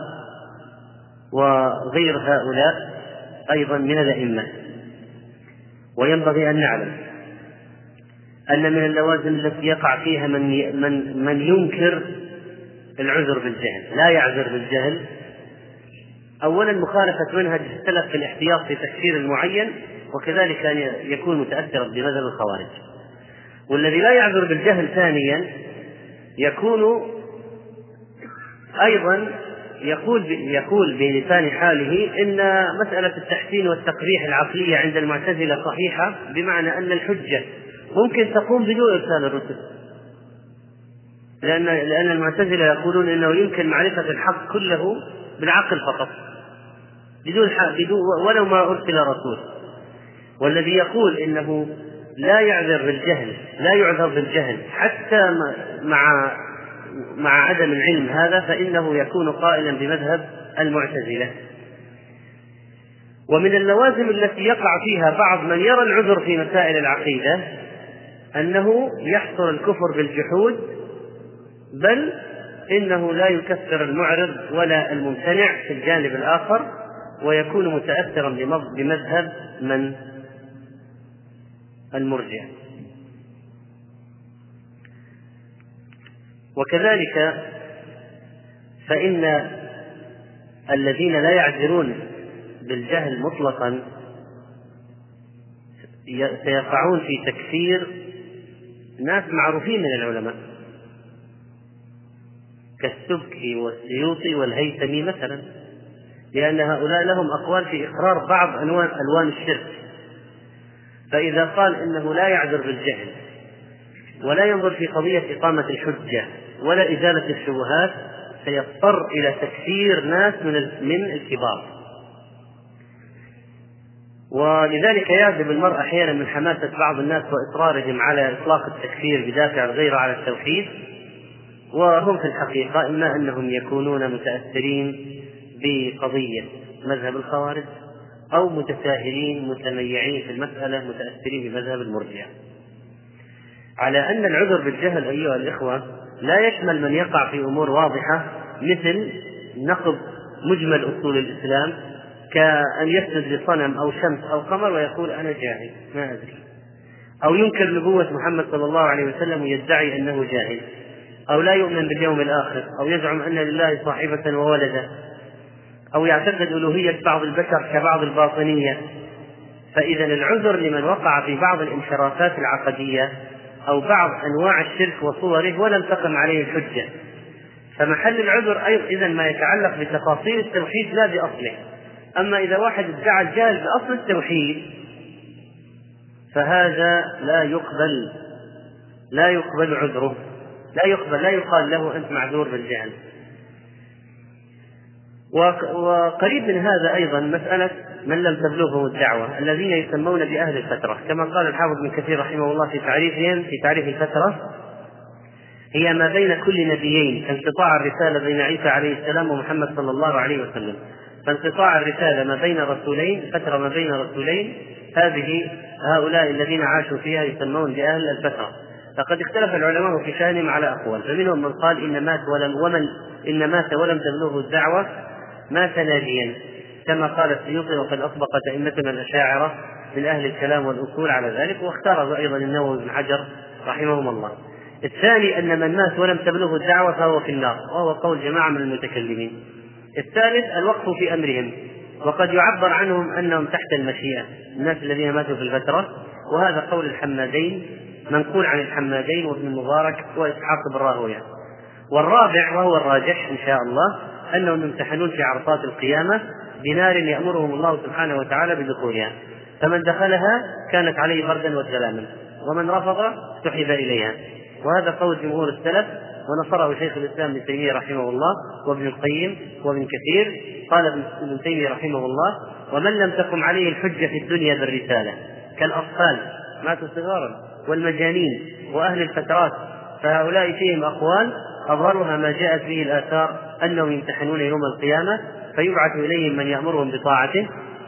وغير هؤلاء أيضا من الأئمة. وينبغي أن نعلم أن من اللوازم التي يقع فيها من ينكر العذر بالجهل، لا يعذر بالجهل، أولا مخالفة منهج السلف في الاحتياط في تكفير المعين، وكذلك أن يكون متأثرا بمذهب الخوارج. والذي لا يعذر بالجهل ثانيا يكون أيضا يقول بلسان حاله إن مسألة التحسين والتقبيح العقلية عند المعتزلة صحيحة، بمعنى أن الحجة ممكن تقوم بدون إرسال الرسل، لأن المعتزلة يقولون إنه يمكن معرفة الحق كله بالعقل فقط بدون ولو ما أرسل رسول. والذي يقول إنه لا يعذر بالجهل حتى مع عدم العلم هذا، فإنه يكون قائلا بمذهب المعتزلة. ومن اللوازم التي يقع فيها بعض من يرى العذر في مسائل العقيدة أنه يحصل الكفر بالجحود، بل إنه لا يكفر المعرض ولا الممتنع في الجانب الآخر، ويكون متأثرا بمذهب من المرجئة. وكذلك فإن الذين لا يعذرون بالجهل مطلقا سيقعون في تكفير ناس معروفين من العلماء كالسبكي والسيوطي والهيثمي مثلا، لأن هؤلاء لهم أقوال في إقرار بعض ألوان الشرك. فإذا قال إنه لا يعذر بالجهل ولا ينظر في قضية إقامة الحجة ولا إزالة الشبهات، سيضطر إلى تكفير ناس من الكبار. ولذلك يعجب المرء أحيانا من حماسة بعض الناس وإصرارهم على إطلاق التكفير بدافع الغيرة على التوحيد، وهم في الحقيقة إما أنهم يكونون متأثرين بقضية مذهب الخوارج أو متساهلين متميعين في المسألة متأثرين بمذهب المرجئة. على أن العذر بالجهل أيها الإخوة لا يشمل من يقع في أمور واضحة مثل نقض مجمل أصول الإسلام، كأن يسجد لصنم أو شمس أو قمر ويقول أنا جاهل ما أدري، أو ينكر نبوة محمد صلى الله عليه وسلم ويدعي أنه جاهل، أو لا يؤمن باليوم الآخر، أو يزعم أن لله صاحبة وولدا، أو يعتقد ألوهية بعض البشر كبعض الباطنية. فإذا العذر لمن وقع في بعض الانحرافات العقدية أو بعض أنواع الشرك وصوره ولم تقم عليه الحجة، فمحل العذر أيضا إذن ما يتعلق بتفاصيل التوحيد لا بأصله. أما إذا واحد ادعى الجهل بأصل التوحيد فهذا لا يقبل عذره، لا يقال له أنت معذور بالجهل. وقريب من هذا أيضا مسألة من لم تبلغهم الدعوة الذين يسمون بأهل الفترة، كما قال الحافظ ابن كثير رحمه الله في تعريفهم في تعريف الفترة: هي ما بين كل نبيين كانقطاع الرسالة بين عيسى عليه السلام ومحمد صلى الله عليه وسلم، فانقطاع الرسالة ما بين رسولين، فترة ما بين رسولين، هؤلاء الذين عاشوا فيها يسمون بأهل الفترة. فقد اختلف العلماء في شأنهم على أقوال، فمنهم من قال إن مات ولم تبلغه الدعوة مات ناجيا، كما قال السيوطي: وقد أطبقت أئمتنا الأشاعرة من أهل الكلام والأصول على ذلك، واختاره أيضا النووي بن حجر رحمهم الله. الثاني أن من مات ولم تبلغه الدعوة فهو في النار، وهو قول جماعة من المتكلمين. الثالث الوقف في أمرهم، وقد يعبر عنهم أنهم تحت المشيئة، الناس الذين ماتوا في الفترة، وهذا قول الحمادين منقول عن الحمادين وابن المبارك وإسحاق بن راهويه. والرابع وهو الراجح إن شاء الله أنهم يمتحنون في عرصات القيامة بنار يأمرهم الله سبحانه وتعالى بدخولها، فمن دخلها كانت عليه بردا وسلاما، ومن رفض سحب إليها. وهذا قول جمهور السلف، ونصره شيخ الإسلام ابن تيمية رحمه الله وابن القيم وابن كثير. قال ابن تيمية رحمه الله: ومن لم تقم عليه الحجة في الدنيا بالرسالة كالأطفال ماتوا صغارا والمجانين وأهل الفترات، فهؤلاء فيهم أقوال أظهرها ما جاءت به الآثار أنهم يمتحنون يوم القيامة، فيبعث إليهم من يأمرهم بطاعته،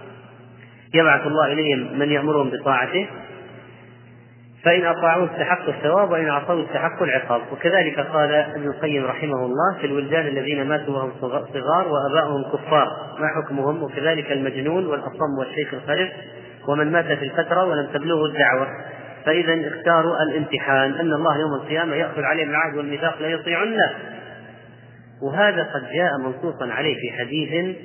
يبعث الله إليهم من يأمرهم بطاعته، فإن أطاعوه استحقوا الثواب وإن عصوا استحقوا العقاب. وكذلك قال ابن القيم رحمه الله: في الولدان الذين ماتوا وهم صغار وآباؤهم كفار ما حكمهم؟ وكذلك المجنون والأصم والشيخ الخرف ومن مات في الفترة ولم تبلغه الدعوة. فإذا اختاروا الامتحان، أن الله يوم القيامة يأخذ عليهم العهد والميثاق لا يطيعونه. وهذا قد جاء منصوصا عليه في حديث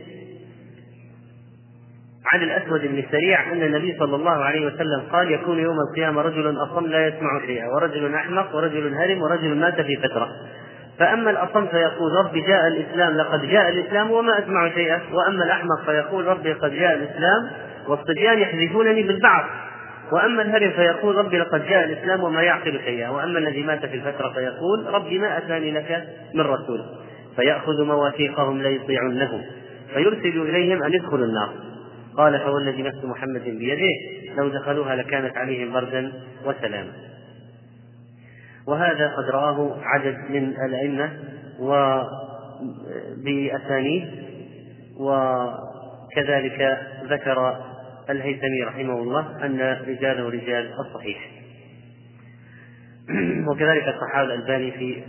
عن الأسود بن سريع أن النبي صلى الله عليه وسلم قال: يكون يوم القيامة رجل أصم لا يسمع شيئا، ورجل أحمق، ورجل هرم، ورجل مات في فترة. فأما الأصم فيقول: رب جاء الإسلام، لقد جاء الإسلام وما أسمع شيئا. وأما الأحمق فيقول: ربي قد جاء الإسلام والصبيان يحذفونني بالبعض. وأما الهرم فيقول: ربي لقد جاء الإسلام وما يعقل شيئا. وأما الذي مات في الفترة فيقول: ربي ما أتاني لك من رسول. فيأخذ مواثيقهم لا يطيعنهم، فيرسل إليهم أن يدخلوا النار. قال: فوالذي نفس محمد بيده لو دخلوها لكانت عليهم بردا وسلاما. وهذا قد رواه عدد من الأئمة وبأسانيد، وكذلك ذكر الهيثمي رحمه الله أن رجاله رجال الصحيح، وكذلك صححه الألباني في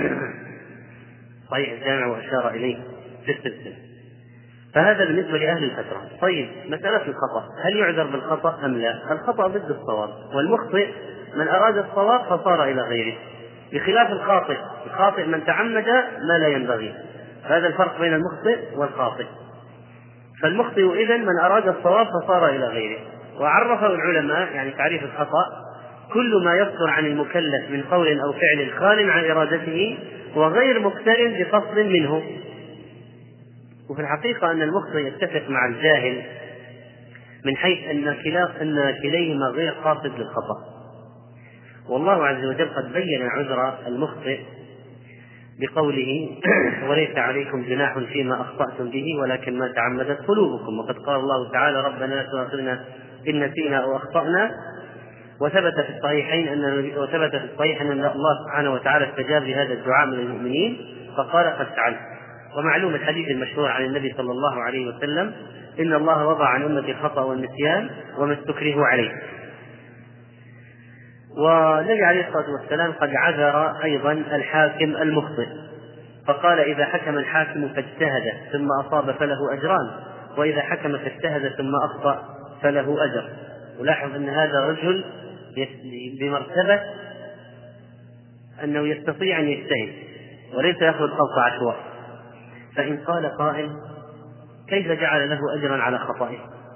صحيح الجامع وأشار إليه في السلسلة. فهذا بالنسبة لأهل الفترة. طيب، مسألة الخطأ، هل يعذر بالخطأ أم لا؟ الخطأ ضد الصواب، والمخطئ من أراد الصواب فصار إلى غيره، بخلاف الخاطئ. الخاطئ من تعمد ما لا ينبغي. هذا الفرق بين المخطئ والخاطئ. فالمخطئ إذن من أراد الصواب فصار إلى غيره. وعرفه العلماء يعني تعريف الخطأ: كل ما يصدر عن المكلف من قول أو فعل خال عن إرادته وغير مقترن بقصد منه. وفي الحقيقة أن المخطئ يتفق مع الجاهل من حيث أن كليهما غير قاصد للخطأ. والله عز وجل قد بين عذر المخطئ بقوله: وليس عليكم جناح فيما أخطأتم به ولكن ما تعمدت قلوبكم. وقد قال الله تعالى: ربنا لا تؤاخذنا إن نسينا أو أخطأنا. وثبت في الصحيح أن الله سبحانه وتعالى استجاب لهذا الدعاء من المؤمنين فقال: قد فعلت. ومعلوم الحديث المشهور عن النبي صلى الله عليه وسلم: إن الله وضع عن أمتي الخطأ والنسيان وما استكرهوا عليه. والنبي عليه الصلاة والسلام قد عذر أيضا الحاكم المخطئ، فقال: إذا حكم الحاكم فاجتهد ثم أصاب فله أجران، وإذا حكم فاجتهد ثم أخطأ فله أجر. ولاحظ أن هذا الرجل بمرتبة أنه يستطيع أن يجتهد وليس يأخذ خلق عشوائي. فإن قال قائل: كيف جعل له أجرا على خطئه؟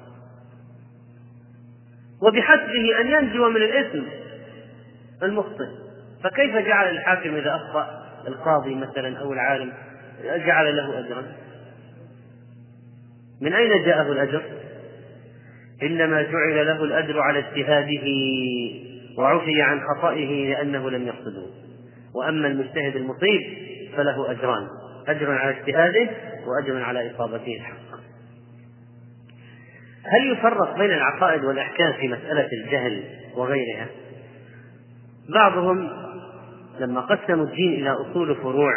وبحسبه أن ينجو من الإثم المخطئ، فكيف جعل الحاكم إذا أخطأ القاضي مثلا أو العالم جعل له أجرا؟ من أين جاءه الأجر؟ إنما جعل له الأجر على اجتهاده وعفي عن خطئه لأنه لم يقصده. وأما المجتهد المصيب فله أجران: أجر على اجتهاده وأجر على إصابته الحق. هل يفرق بين العقائد والأحكام في مسألة الجهل وغيرها؟ بعضهم لما قسموا الدين إلى أصول وفروع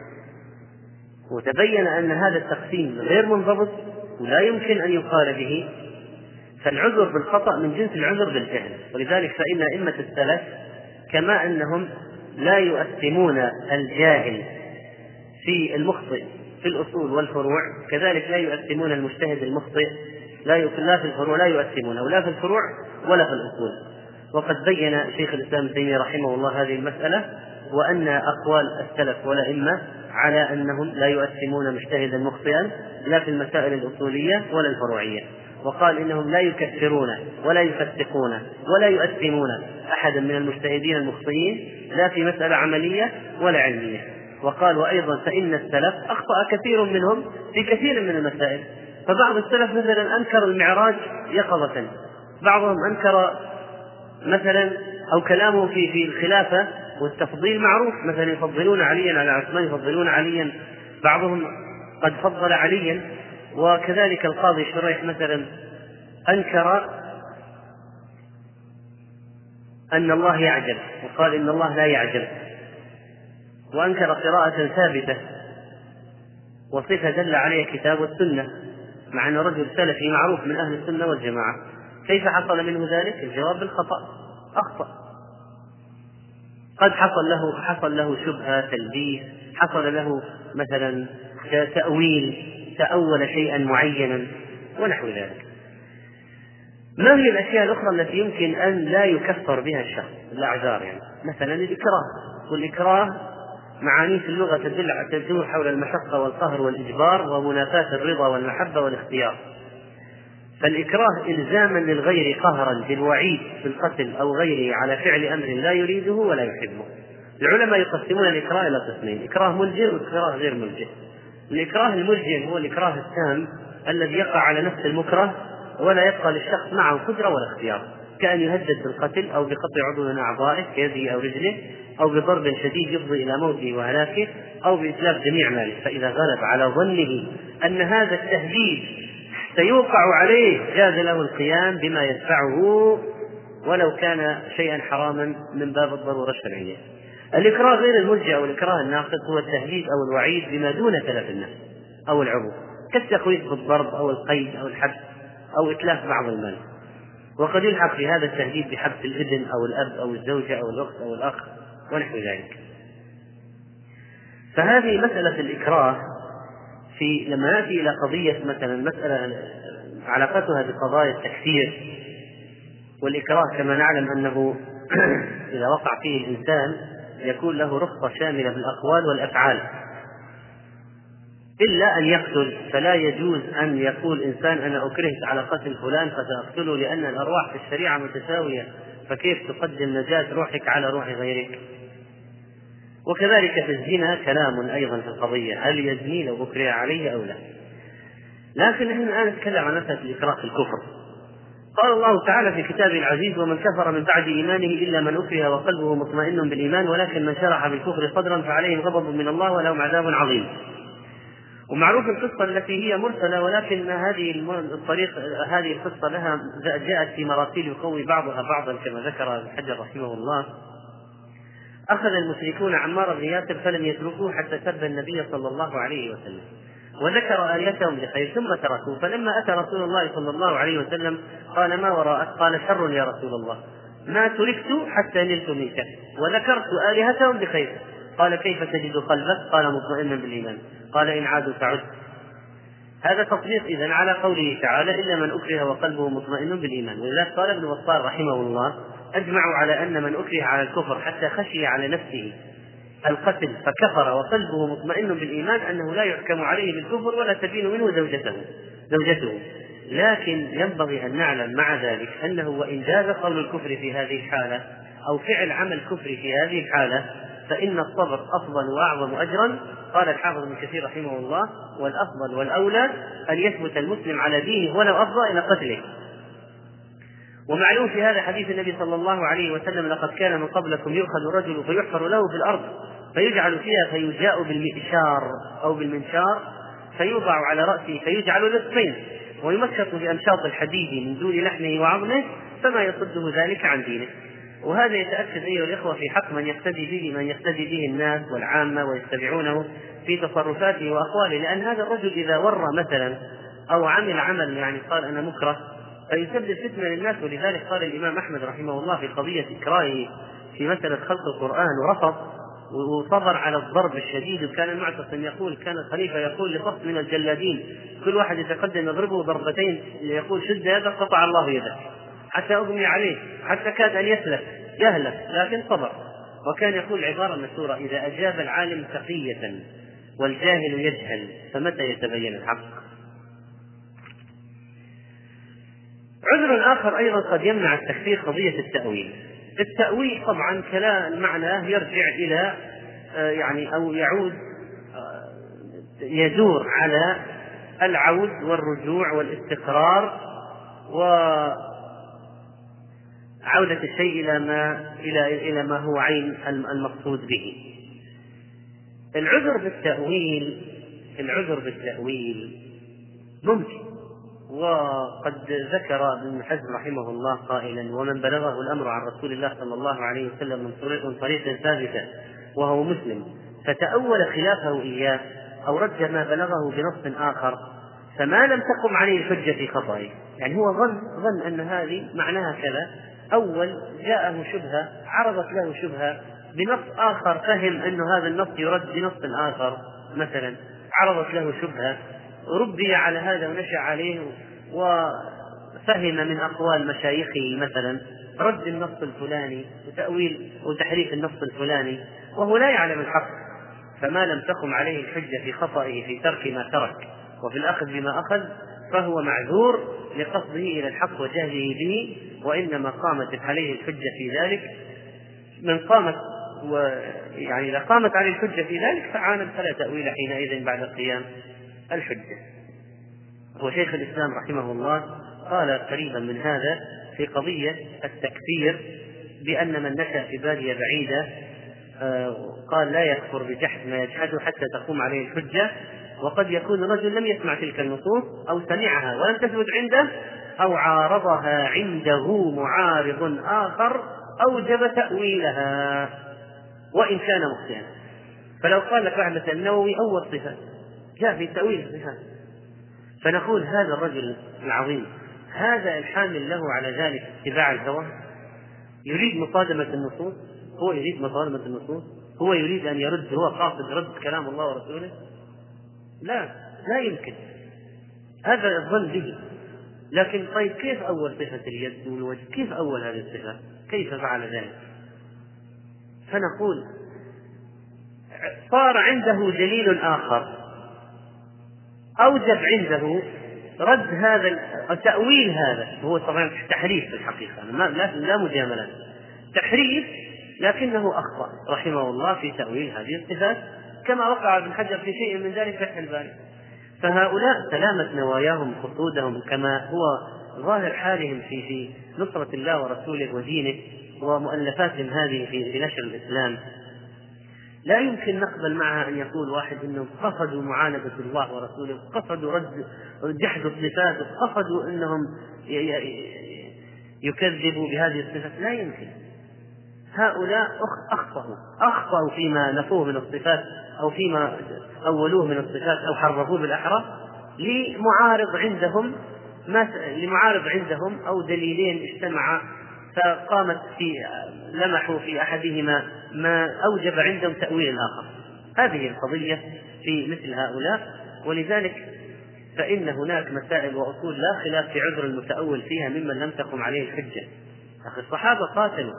وتبين أن هذا التقسيم غير منضبط ولا يمكن أن يقال به، فالعذر بالخطأ من جنس العذر بالجهل. ولذلك فإن أئمة السلف كما أنهم لا يؤثمون الجاهل في المخطئ في الأصول والفروع، كذلك لا يؤثمون المجتهد المخطئ لا في الفروع، لا يؤثمونه لا في الفروع ولا في الأصول. وقد بين شيخ الإسلام ابن تيمية رحمه الله هذه المسألة، وأن أقوال السلف والأئمة على أنهم لا يؤثمون مجتهدا مخطئا لا في المسائل الأصولية ولا الفروعية، وقال إنهم لا يكفرون ولا يفسقون ولا يؤثمون أحدا من المجتهدين المخطئين لا في مسألة عملية ولا علمية. وقال وأيضا فإن السلف أخطأ كثير منهم في كثير من المسائل. فبعض السلف مثلا أنكر المعراج يقظة، بعضهم أنكر مثلا أو كلامه في الخلافة والتفضيل معروف، مثلا يفضلون عليا على عثمان، يفضلون عليا، بعضهم قد فضل عليا. وكذلك القاضي شريح مثلا أنكر أن الله يعجب وقال إن الله لا يعجب، وأنكر قراءة ثابتة وصفة دل عليها كتاب والسنة، مع أن رجل سلفي معروف من أهل السنة والجماعة. كيف حصل منه ذلك؟ الجواب بالخطأ، أخطأ. قد حصل له شبهة، تلبيس، حصل له مثلا تأول شيئا معينا ونحو ذلك. ما هي الأشياء الأخرى التي يمكن أن لا يكفر بها الشخص؟ الأعذار يعني، مثلا الإكراه، والإكراه معانيه في اللغة تدور حول المشقة والقهر والإجبار ومنافاة الرضا والمحبة والاختيار. فالإكراه إلزاما للغير قهرا بالوعيد بالقتل أو غيره على فعل أمر لا يريده ولا يحبه. العلماء يقسمون الإكراه إلى قسمين: إكراه ملجئ وإكراه غير ملجئ. الإكراه الملجئ هو الإكراه التام الذي يقع على نفس المكره ولا يبقى للشخص معه قدرة ولا اختيار، كأن يهدد بالقتل أو بقطع عضو من أعضائه كيده أو رجله، أو بضرب شديد يفضي إلى موته وهلاكه، أو بإتلاف جميع ماله. فإذا غلب على ظنه أن هذا التهديد سيوقع عليه جاز له القيام بما يدفعه ولو كان شيئا حراما من باب الضرورة الشرعية. الإكراه غير الملجئ أو الإكراه الناقص هو التهديد أو الوعيد بما دون تلف النفس أو العضو، كالتخويف بالضرب أو القيد أو الحبس أو إتلاف بعض المال. وقد يلحق في هذا التهديد بحبس الابن أو الأب أو الزوجة أو الأخت أو الأخ ونحو ذلك. فهذه مسألة الإكراه لما نأتي إلى قضية مثلا مسألة علاقتها بقضايا التكفير والإكراه، كما نعلم أنه إذا وقع فيه الإنسان يكون له رخصة شاملة بالأقوال والأفعال إلا أن يقتل. فلا يجوز أن يقول إنسان أنا أكرهت على قتل فلان فسأقتله، لأن الأرواح في الشريعة متساوية، فكيف تقدم نجاة روحك على روح غيرك؟ وكذلك في الزنا كلام أيضا في القضية، هل يزني لو أكره عليه أو لا؟ لكن نحن الآن نتكلم عن مسألة الإكراه في الكفر. قال الله تعالى في كتابه العزيز: ومن كفر من بعد إيمانه إلا من أكره وقلبه مطمئن بالإيمان ولكن من شرح بالكفر صدرا فعليهم غضب من الله ولهم عذاب عظيم. ومعروف القصة التي هي مرسلة، ولكن هذه القصة لها جاءت في مراسيل يقوي بعضها بعضا كما ذكر ابن حجر رحمه الله. أخذ المشركون عمار بن ياسر فلم يتركوه حتى سب النبي صلى الله عليه وسلم وذكر آليتهم بخير ثم تركوه. فلما أتى رسول الله صلى الله عليه وسلم قال: ما وراءك؟ قال: شر يا رسول الله، ما تركت حتى نلت منك وذكرت آلهتهم بخير. قال: كيف تجد قلبك؟ قال: مطمئنا بالإيمان. قال: إن عادوا فعد. هذا تطبيق إذن على قوله تعالى: إلا من أكره وقلبه مطمئن بالإيمان. ولذلك قال ابن بطال رحمه الله: أجمعوا على أن من أكره على الكفر حتى خشي على نفسه القتل فكفر وقلبه مطمئن بالإيمان أنه لا يحكم عليه بالكفر ولا تبين منه زوجته. لكن ينبغي أن نعلم مع ذلك أنه وإن جاز قول الكفر في هذه الحالة أو فعل عمل كفر في هذه الحالة فإن الصبر أفضل وأعظم أجرا. قال الحافظ ابن كثير رحمه الله: والأفضل والأولى أن يثبت المسلم على دينه ولو أفضى إلى قتله. ومعلوم في هذا حديث النبي صلى الله عليه وسلم: لقد كان من قبلكم يؤخذ الرجل فيحفر له في الأرض فيجعل فيها فيجاء بالمئشار أو بالمنشار فيوضع على رأسه فيجعل نصفين ويمشط بأمشاط الحديد من دون لحمه وعظمه فما يصده ذلك عن دينه. وهذا يتأكد أيها الإخوة في حق من يقتدي به الناس والعامة ويتبعونه في تصرفاته وأقواله، لأن هذا الرجل إذا ورى مثلا أو عمل عمل يعني قال أنا مكره فيسبب فتنة للناس. ولذلك قال الإمام أحمد رحمه الله في قضية إكراهه في مسألة خلق القرآن ورفض وصبر على الضرب الشديد، وكان المعتصم يقول كان الخليفة يقول لصف من الجلادين كل واحد يتقدم يضربه ضربتين يقول شد يدك قطع الله يدك، حتى أغمي عليه حتى كاد أن يهلك لكن صبر. وكان يقول عبارة مشهورة: إذا أجاب العالم تقية والجاهل يجهل فمتى يتبين الحق. عذر آخر أيضا قد يمنع التكفير قضية التأويل. التأويل طبعا كلام معناه يرجع إلى يعني أو يعود يدور على العود والرجوع والاستقرار وعودة الشيء إلى ما هو عين المقصود به. العذر بالتأويل ممكن، وقد ذكر ابن حزم رحمه الله قائلا: ومن بلغه الأمر عن رسول الله صلى الله عليه وسلم من طريق ثابتة وهو مسلم فتأول خلافه إياه أو رد ما بلغه بنص آخر فما لم تقم عليه الحجة في خطئه. يعني هو ظن أن هذه معناها كذا، أول جاءه شبهة عرضت له شبهة بنص آخر فهم أن هذا النص يرد بنص آخر، مثلا عرضت له شبهة ربي على هذا ونشأ عليه وفهم من أقوال مشايخه مثلا رد النص الفلاني وتأويل وتحريف النص الفلاني وهو لا يعلم الحق، فما لم تقم عليه الحجة في خطئه في ترك ما ترك وفي الأخذ بما أخذ فهو معذور لقصده إلى الحق وجهله به، وإنما قامت عليه الحجة في ذلك يعني إذا قامت عليه الحجة في ذلك فعاند فلا تأويل حينئذ بعد قيام الحجة. وشيخ الإسلام رحمه الله قال قريبا من هذا في قضية التكفير بأن من نشأ في بادية بعيدة قال لا يكفر بجحد ما يجحده حتى تقوم عليه الحجة، وقد يكون رجل لم يسمع تلك النصوص أو سمعها ولم تثبت عنده أو عارضها عنده معارض آخر أوجب تأويلها وإن كان مخطئا. فلو قال لك بعد النووي أول صفة جاء في تأويل الصفات فنقول هذا الرجل العظيم هذا الحامل له على ذلك اتباع الهوى يريد مصادمة النصوص، هو يريد أن يرد، هو قاصد رد كلام الله ورسوله؟ لا يمكن هذا الظن به. لكن طيب كيف أول صفة اليد والوجه؟ كيف أول هذه الصفة؟ كيف فعل ذلك؟ فنقول صار عنده دليل آخر أوجب عنده رد هذا تأويل هذا، هو طبعا تحريف في الحقيقة لا مجاملة، تحريف، لكنه أخطأ رحمه الله في تأويل هذه الصفات كما وقع ابن حجر في شيء من ذلك فتح الباري. فهؤلاء سلامة نواياهم خطودهم كما هو ظاهر حالهم في نصرة الله ورسوله ودينه ومؤلفاتهم هذه في نشر الإسلام، لا يمكن نقبل معها أن يقول واحد إنهم قصدوا معاندة الله ورسوله، قصدوا جحد الصفات، قصدوا إنهم يكذبوا بهذه الصفات. لا يمكن. هؤلاء أخطأوا فيما نفوه من الصفات أو فيما أولوه من الصفات أو حرفوه بالأحرى لمعارض عندهم أو دليلين اجتمعا فقامت لمحوا في أحدهما ما أوجب عندهم تأويل الآخر. هذه القضية في مثل هؤلاء. ولذلك فإن هناك مسائل وأصول لا خلاف في عذر المتأول فيها ممن لم تقم عليه الحجة. أخي الصحابة قاتلوا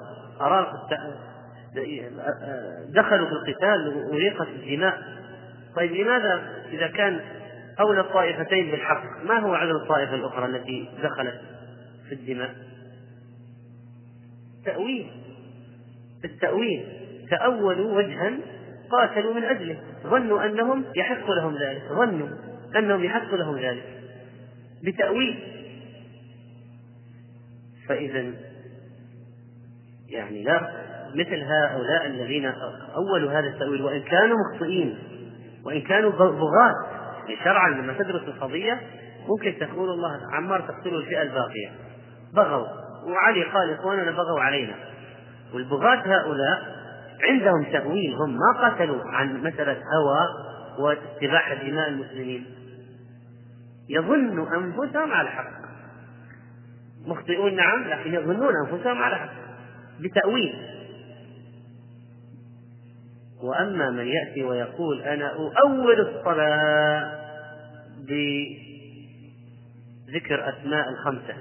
دخلوا في القتال وأريقت الدماء. طيب لماذا إذا كان أولى الطائفتين بالحق ما هو عذر الطائفة الأخرى التي دخلت في الدماء؟ التأويل تأولوا وجها قاتلوا من أجله، ظنوا أنهم يحق لهم ذلك بتأويل. فإذا يعني مثل هؤلاء الذين أولوا هذا التأويل وإن كانوا مخطئين وإن كانوا بغاة شرعا، لما تدرس القضية ممكن تقول الله عمار تقتلوا الفئة الباقية، بغوا، وعلي قال إخواننا بغوا علينا. والبغاة هؤلاء عندهم تأويل، هم ما قتلوا عن مسألة هوى واستباحة دماء المسلمين، يظنوا أنفسهم على الحق، مخطئون نعم، لكن يظنون أنفسهم على الحق بتأويل. وأما من يأتي ويقول أنا أؤول الصلاة بذكر أسماء الخمسة،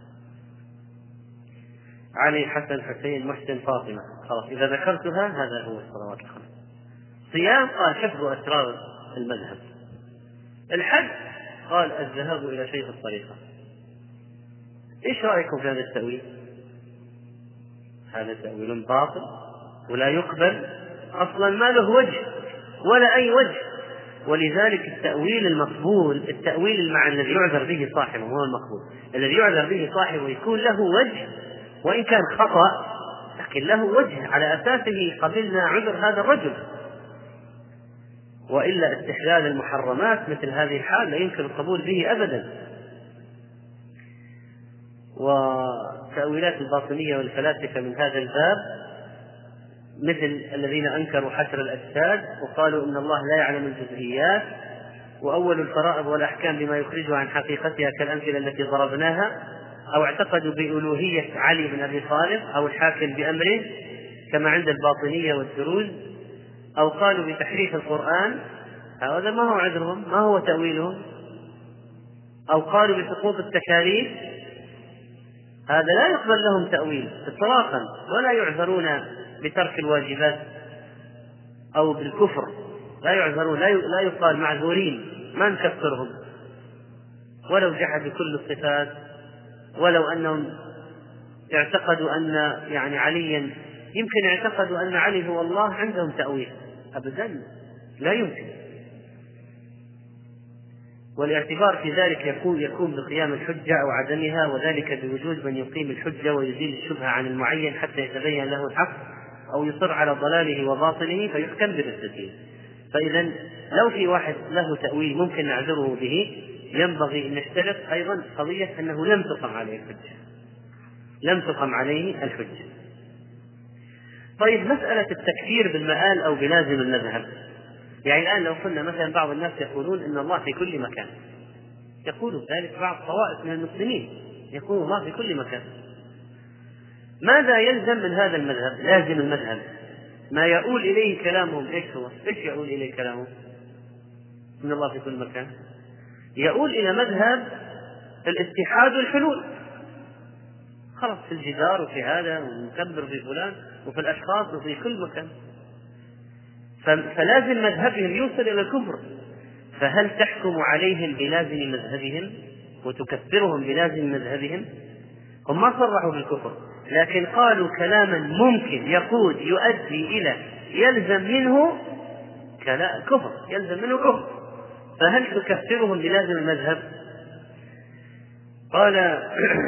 علي حسن حسين محسن فاطمة، خلاص إذا ذكرتها هذا هو الصلوات الخمس. صيام قال حفظ أسرار المذهب. الحج قال الذهاب إلى شيخ الطريقة. إيش رأيكم في هذا التأويل؟ هذا تأويل باطل ولا يقبل أصلا، ما له وجه ولا أي وجه. ولذلك التأويل المقبول التأويل المعنى الذي يعذر به صاحبه هو المقبول، الذي يعذر به صاحبه يكون له وجه وإن كان خطأ لكن له وجه على أساسه قبلنا عذر هذا الرجل. وإلا استحلال المحرمات مثل هذه الحال لا يمكن القبول به أبدا. وتأويلات الباطنية والفلاسفة من هذا الباب مثل الذين أنكروا حشر الأجساد وقالوا إن الله لا يعلم الجزئيات، وأول الفرائض والأحكام بما يخرجها عن حقيقتها كالأمثلة التي ضربناها، أو اعتقدوا بألوهية علي بن أبي طالب أو الحاكم بأمره كما عند الباطنية والدروز، أو قالوا بتحريف القرآن، هذا ما هو عذرهم، ما هو تأويلهم. أو قالوا بسقوط التكاليف، هذا لا يقبل لهم تأويل إطلاقا، ولا يعذرون بترك الواجبات أو بالكفر، لا يعذرون، لا يقال معذورين، ما نكفرهم ولو جحدوا كل الصفات، ولو أنهم اعتقدوا أن يعني عليا، يمكن اعتقدوا أن علي هو الله، عندهم تأويل أبدا لا يمكن. والاعتبار في ذلك يكون بقيام الحجة أو عدمها، وذلك بوجود من يقيم الحجة ويزيل الشبهة عن المعين حتى يتبين له الحق، أو يصر على ضلاله وباطله فيحكم بالتسليم. فإذا لو في واحد له تأويل ممكن نعذره به، ينبغي أن نشترط أيضا قضية أنه لم تقم عليه الحجة، لم تقم عليه الحجة. طيب مسألة التكفير بالمآل أو بلازم المذهب، يعني الآن لو قلنا مثلا بعض الناس يقولون إن الله في كل مكان، يقول ذلك بعض طوائف من المسلمين، يقول الله في كل مكان، ماذا يلزم من هذا المذهب؟ لازم المذهب ما يقول إليه كلامهم. إيش هو؟ إيش يقول إليه كلامهم؟ إن الله في كل مكان يقول إلى مذهب الاتحاد والحلول، خلاص في الجدار وفي هذا ونكبر في فلان وفي الأشخاص وفي كل مكان، فلازم مذهبهم يوصل إلى الكفر. فهل تحكم عليهم بلازم مذهبهم وتكفرهم بلازم مذهبهم؟ هم ما صرحوا بالكفر، لكن قالوا كلاما ممكن يقود يؤدي إلى يلزم منه كفر، يلزم منه كفر، فهل تكفرهم بلازم المذهب؟ قال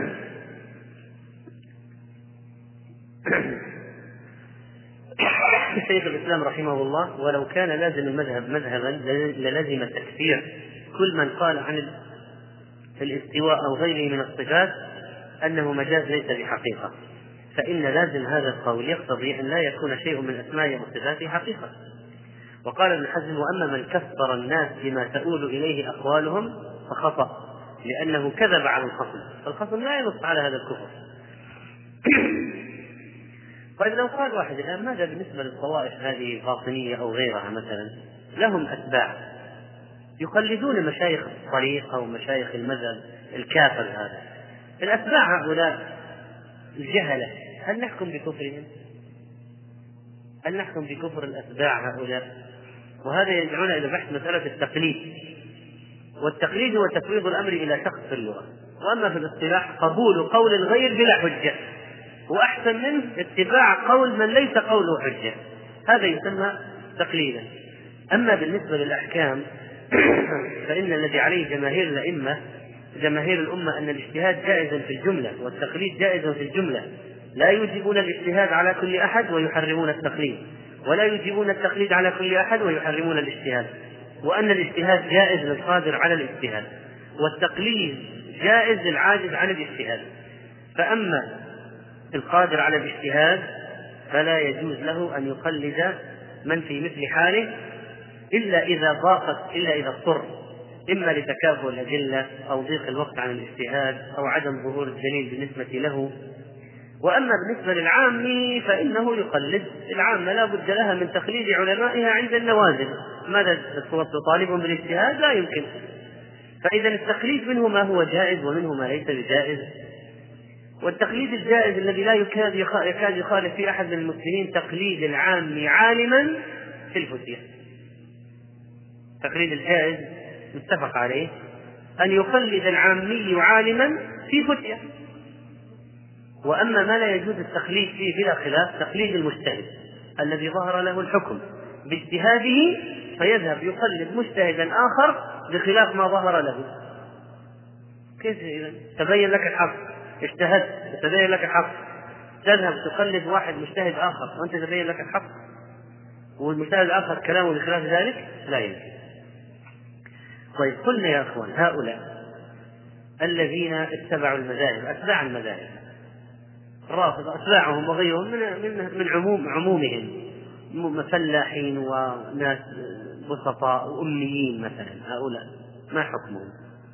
شيخ الإسلام رحمه الله: ولو كان لازم المذهب مذهبا للزم التكفير كل من قال عن الاستواء أو غيره من الصفات أنه مجاز ليس بحقيقة، فإن لازم هذا القول يقتضي أن لا يكون شيء من أسماء وصفاته حقيقة. وقال ابن حزم: وأما من كفر الناس بما تؤول إليه أقوالهم فخطأ، لأنه كذب على الخصم، فالخصم لا ينص على هذا الكفر. طيب لو قال واحد الآن: ماذا بالنسبة للطوائف هذه الباطنية أو غيرها مثلا، لهم أتباع يقلدون مشايخ الطريقة ومشايخ المذهب الكافر هذا، الأتباع هؤلاء الجهلة، هل نحكم بكفرهم؟ هل نحكم بكفر الأتباع هؤلاء؟ وهذا يرجعون إلى بحث مسألة التقليد، والتقليد هو تفويض الأمر إلى شخص في اللغة، وأما في الاصطلاح قبول قول الغير بلا حجة، وأحسن منه اتباع قول من ليس قوله حجة، هذا يسمى تقليدا. أما بالنسبة للأحكام فإن الذي عليه جماهير الأئمة جماهير الأمة أن الاجتهاد جائز في الجملة والتقليد جائز في الجملة، لا يوجبون الاجتهاد على كل أحد ويحرمون التقليد، ولا يوجبون التقليد على كل أحد ويحرمون الاجتهاد، وأن الاجتهاد جائز للقادر على الاجتهاد، والتقليد جائز للعاجز عن الاجتهاد. فأما القادر على الاجتهاد فلا يجوز له أن يقلد من في مثل حاله إلا إذا اضطر، إما لتكافؤ الأدلة أو ضيق الوقت عن الاجتهاد أو عدم ظهور الدليل بالنسبة له. وأما بالنسبة للعام فإنه يقلد. العامة لا بد لها من تقليد علمائها عند النوازل. ماذا تطالبهم بالاجتهاد؟ لا يمكن. فإذا التقليد منه ما هو جائز ومنه ما ليس بجائز. والتقليد الجائز الذي لا يكاد يخالف في أحد من المسلمين تقليد العام عالما في الفتية. التقليد الجائز متفق عليه أن يقلد العامي عالما في فتية. وأما ما لا يجوز التقليد فيه بلا خلاف تقليد المجتهد الذي ظهر له الحكم باجتهاده، فيذهب يقلد مجتهدا آخر بخلاف ما ظهر له. كيف إذن؟ تبين لك الحق، اجتهدت تبين لك الحق، تذهب تقلد واحد مجتهد آخر وأنت تبين لك الحق والمجتهد الآخر كلامه بخلاف ذلك؟ لا يمكن. طيب قلنا يا أخوان هؤلاء الذين اتبعوا المذاهب، أتباع المذاهب الرافضة أتباعهم وغيرهم من عمومهم فلاحين وناس بسطاء وأميين مثلا، هؤلاء ما حكمهم؟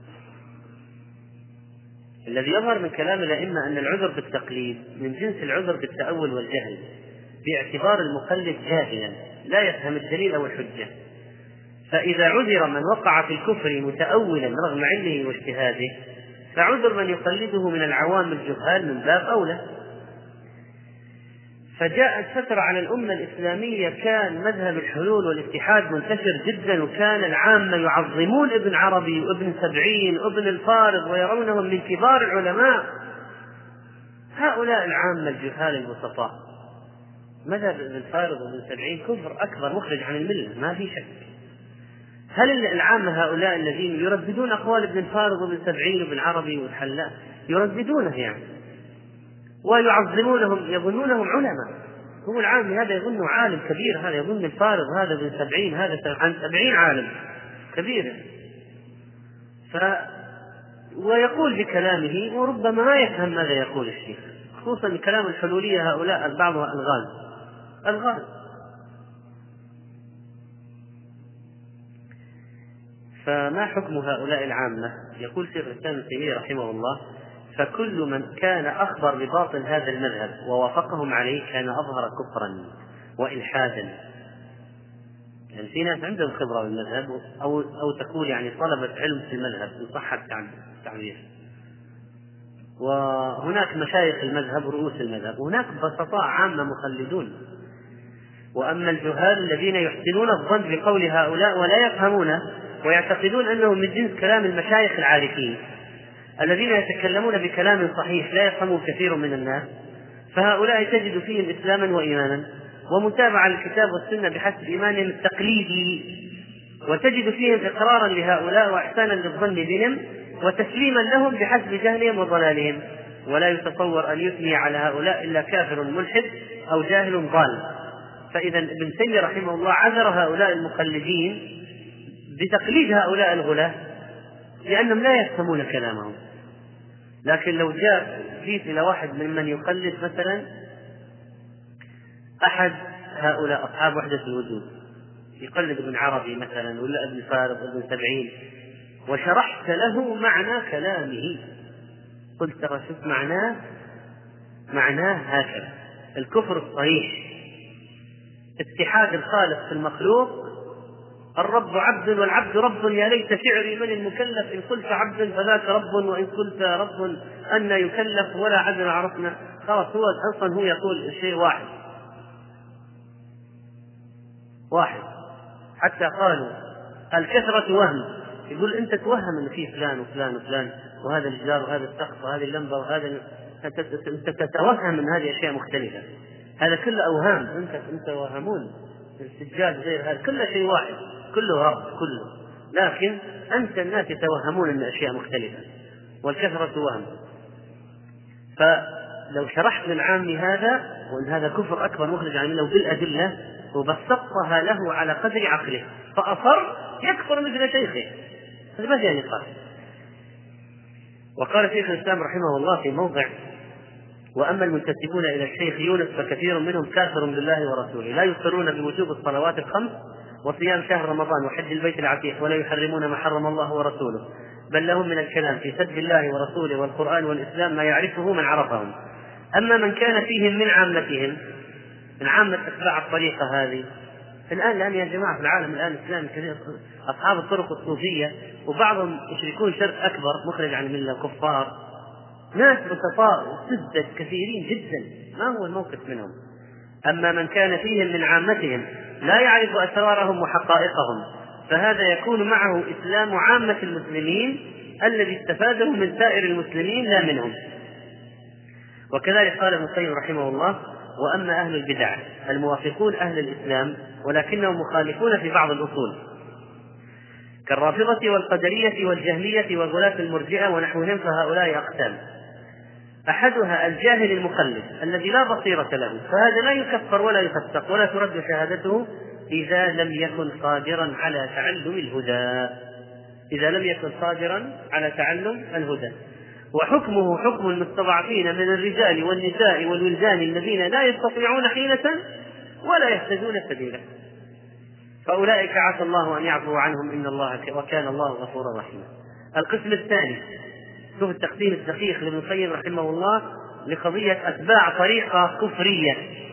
الذي يظهر من كلام الأئمة أن العذر بالتقليد من جنس العذر بالتأول والجهل، باعتبار المقلد جاهلا لا يفهم الدليل أو الحجة. فإذا عذر من وقع في الكفر متأولا رغم علمه واجتهاده، فعذر من يقلده من العوام الجهال من باب أولى. فجاءت فترة على الأمة الإسلامية كان مذهب الحلول والاتحاد منتشر جدا، وكان العامة يعظمون ابن عربي وابن سبعين وابن الفارض ويرونهم من كبار العلماء. هؤلاء العامة الجهال البسطاء مذهب ابن الفارض وابن سبعين كفر أكبر مخرج عن الملة ما في شك. هل العامة هؤلاء الذين يرددون أقوال ابن الفارض وابن سبعين وابن عربي والحلاء يرددونه يعني ويعظمونهم يظنونهم علماء؟ هو العام هذا يظن عالم كبير، هذا يظن الفارض هذا ابن سبعين هذا عن 70 عالم كبير. ويقول بكلامه وربما ما يفهم ماذا يقول الشيخ، خصوصا كلام الحلولية هؤلاء بعضها ألغاز. فما حكم هؤلاء العامة؟ يقول شيخ الإسلام ابن تيمية رحمه الله: فكل من كان أخبر بباطل هذا المذهب ووافقهم عليه كان أظهر كفرا وإلحادا. يعني في ناس عندهم خبرة بالمذهب أو تقول يعني طلبة علم في المذهب إن صح التعبير، وهناك مشايخ المذهب رؤوس المذهب، وهناك بسطاء عامة مخلدون. وأما الجهال الذين يحسنون الظن بقول هؤلاء ولا يفهمونه ويعتقدون أنه من جنس كلام المشايخ العارفين الذين يتكلمون بكلام صحيح لا يفهمه كثير من الناس، فهؤلاء تجد فيهم إسلاما وإيمانا ومتابعة للكتاب والسنة بحسب إيمانهم التقليدي، وتجد فيهم إقرارا لهؤلاء وإحسانا للظن بهم وتسليما لهم بحسب جهلهم وضلالهم. ولا يتصور أن يثني على هؤلاء إلا كافر ملحد أو جاهل ضال. فإذا ابن تيمية رحمه الله عذر هؤلاء المقلدين بتقليد هؤلاء الغلاة لأنهم لا يفهمون كلامهم. لكن لو جيت إلى واحد ممن يقلد مثلا أحد هؤلاء أصحاب وحدة الوجود، يقلد ابن عربي مثلا ولا ابن فارض ابن سبعين، وشرحت له معنى كلامه، قلت ترى شوف معناه هكذا: الكفر الصريح، اتحاد الخالق في المخلوق، الرب عبد والعبد رب، يا ليت شعري من المكلف، إن قلت عبد فذاك رب وإن قلت رب أن يكلف ولا عدل عرفنا. خلاص هو أصلا هو يقول الشيء واحد. حتى قالوا الكثرة وهم، يقول أنت توهم أن فيه فلان وفلان وفلان وهذا الجدار وهذا السقف وهذه اللمبة وهذا، أنت تتوهم أن هذه أشياء مختلفة، هذا كله أوهام، أنت وهمون، السجاد غير هذا، كل شيء واحد، كله رب كله، لكن أنت الناس يتوهمون أن أشياء مختلفة، والكثرة وهم. لو شرحت للعام هذا وأن هذا كفر أكبر مخرج عن الملة بالأدلة وبسطها له على قدر عقله فأصر يكفر مثل شيخه، هذا ما فيها نقاش. وقال شيخ الإسلام رحمه الله في موضع: وأما المنتسبون إلى الشيخ يونس فكثير منهم كافر بالله ورسوله، لا يقرون بوجوب الصلوات الخمس وصيام شهر رمضان وحج البيت العتيق، ولا يحرمون ما حرم الله ورسوله، بل لهم من الكلام في سب الله ورسوله والقرآن والإسلام ما يعرفه من عرفهم. أما من كان فيهم من عامتهم، من عامة أتباع الطريقة هذه الآن يا جماعة في العالم الآن الإسلامي كثير أصحاب الطرق الصوفية وبعضهم يشركون شرك أكبر مخرج عن الملة، كفار، ناس رسطاء وسدد كثيرين جدا، ما هو الموقف منهم. أما من كان فيهم من عامتهم لا يعرف أسرارهم وحقائقهم فهذا يكون معه إسلام عامة المسلمين الذي استفاده من سائر المسلمين لا منهم. وكذلك قال ابن القيم رحمه الله: وأما أهل البدع الموافقون أهل الإسلام ولكنهم مخالفون في بعض الأصول كالرافضة والقدرية والجهمية وغلاة المرجئة ونحوهم فهؤلاء أقسام: أحدها الجاهل المخلف الذي لا بصيرة له، فهذا لا يكفر ولا يفسق ولا ترد شهادته إذا لم يكن قادرا على تعلم الهدى، وحكمه حكم المستضعفين من الرجال والنساء والولدان الذين لا يستطيعون حيلة ولا يهتدون سبيلا، فأولئك عسى الله أن يعفو عنهم إن الله وكان الله غفورا رحيما. القسم الثاني، شوف التقسيم الدقيق لابن القيم رحمه الله لقضية أتباع طريقة كفرية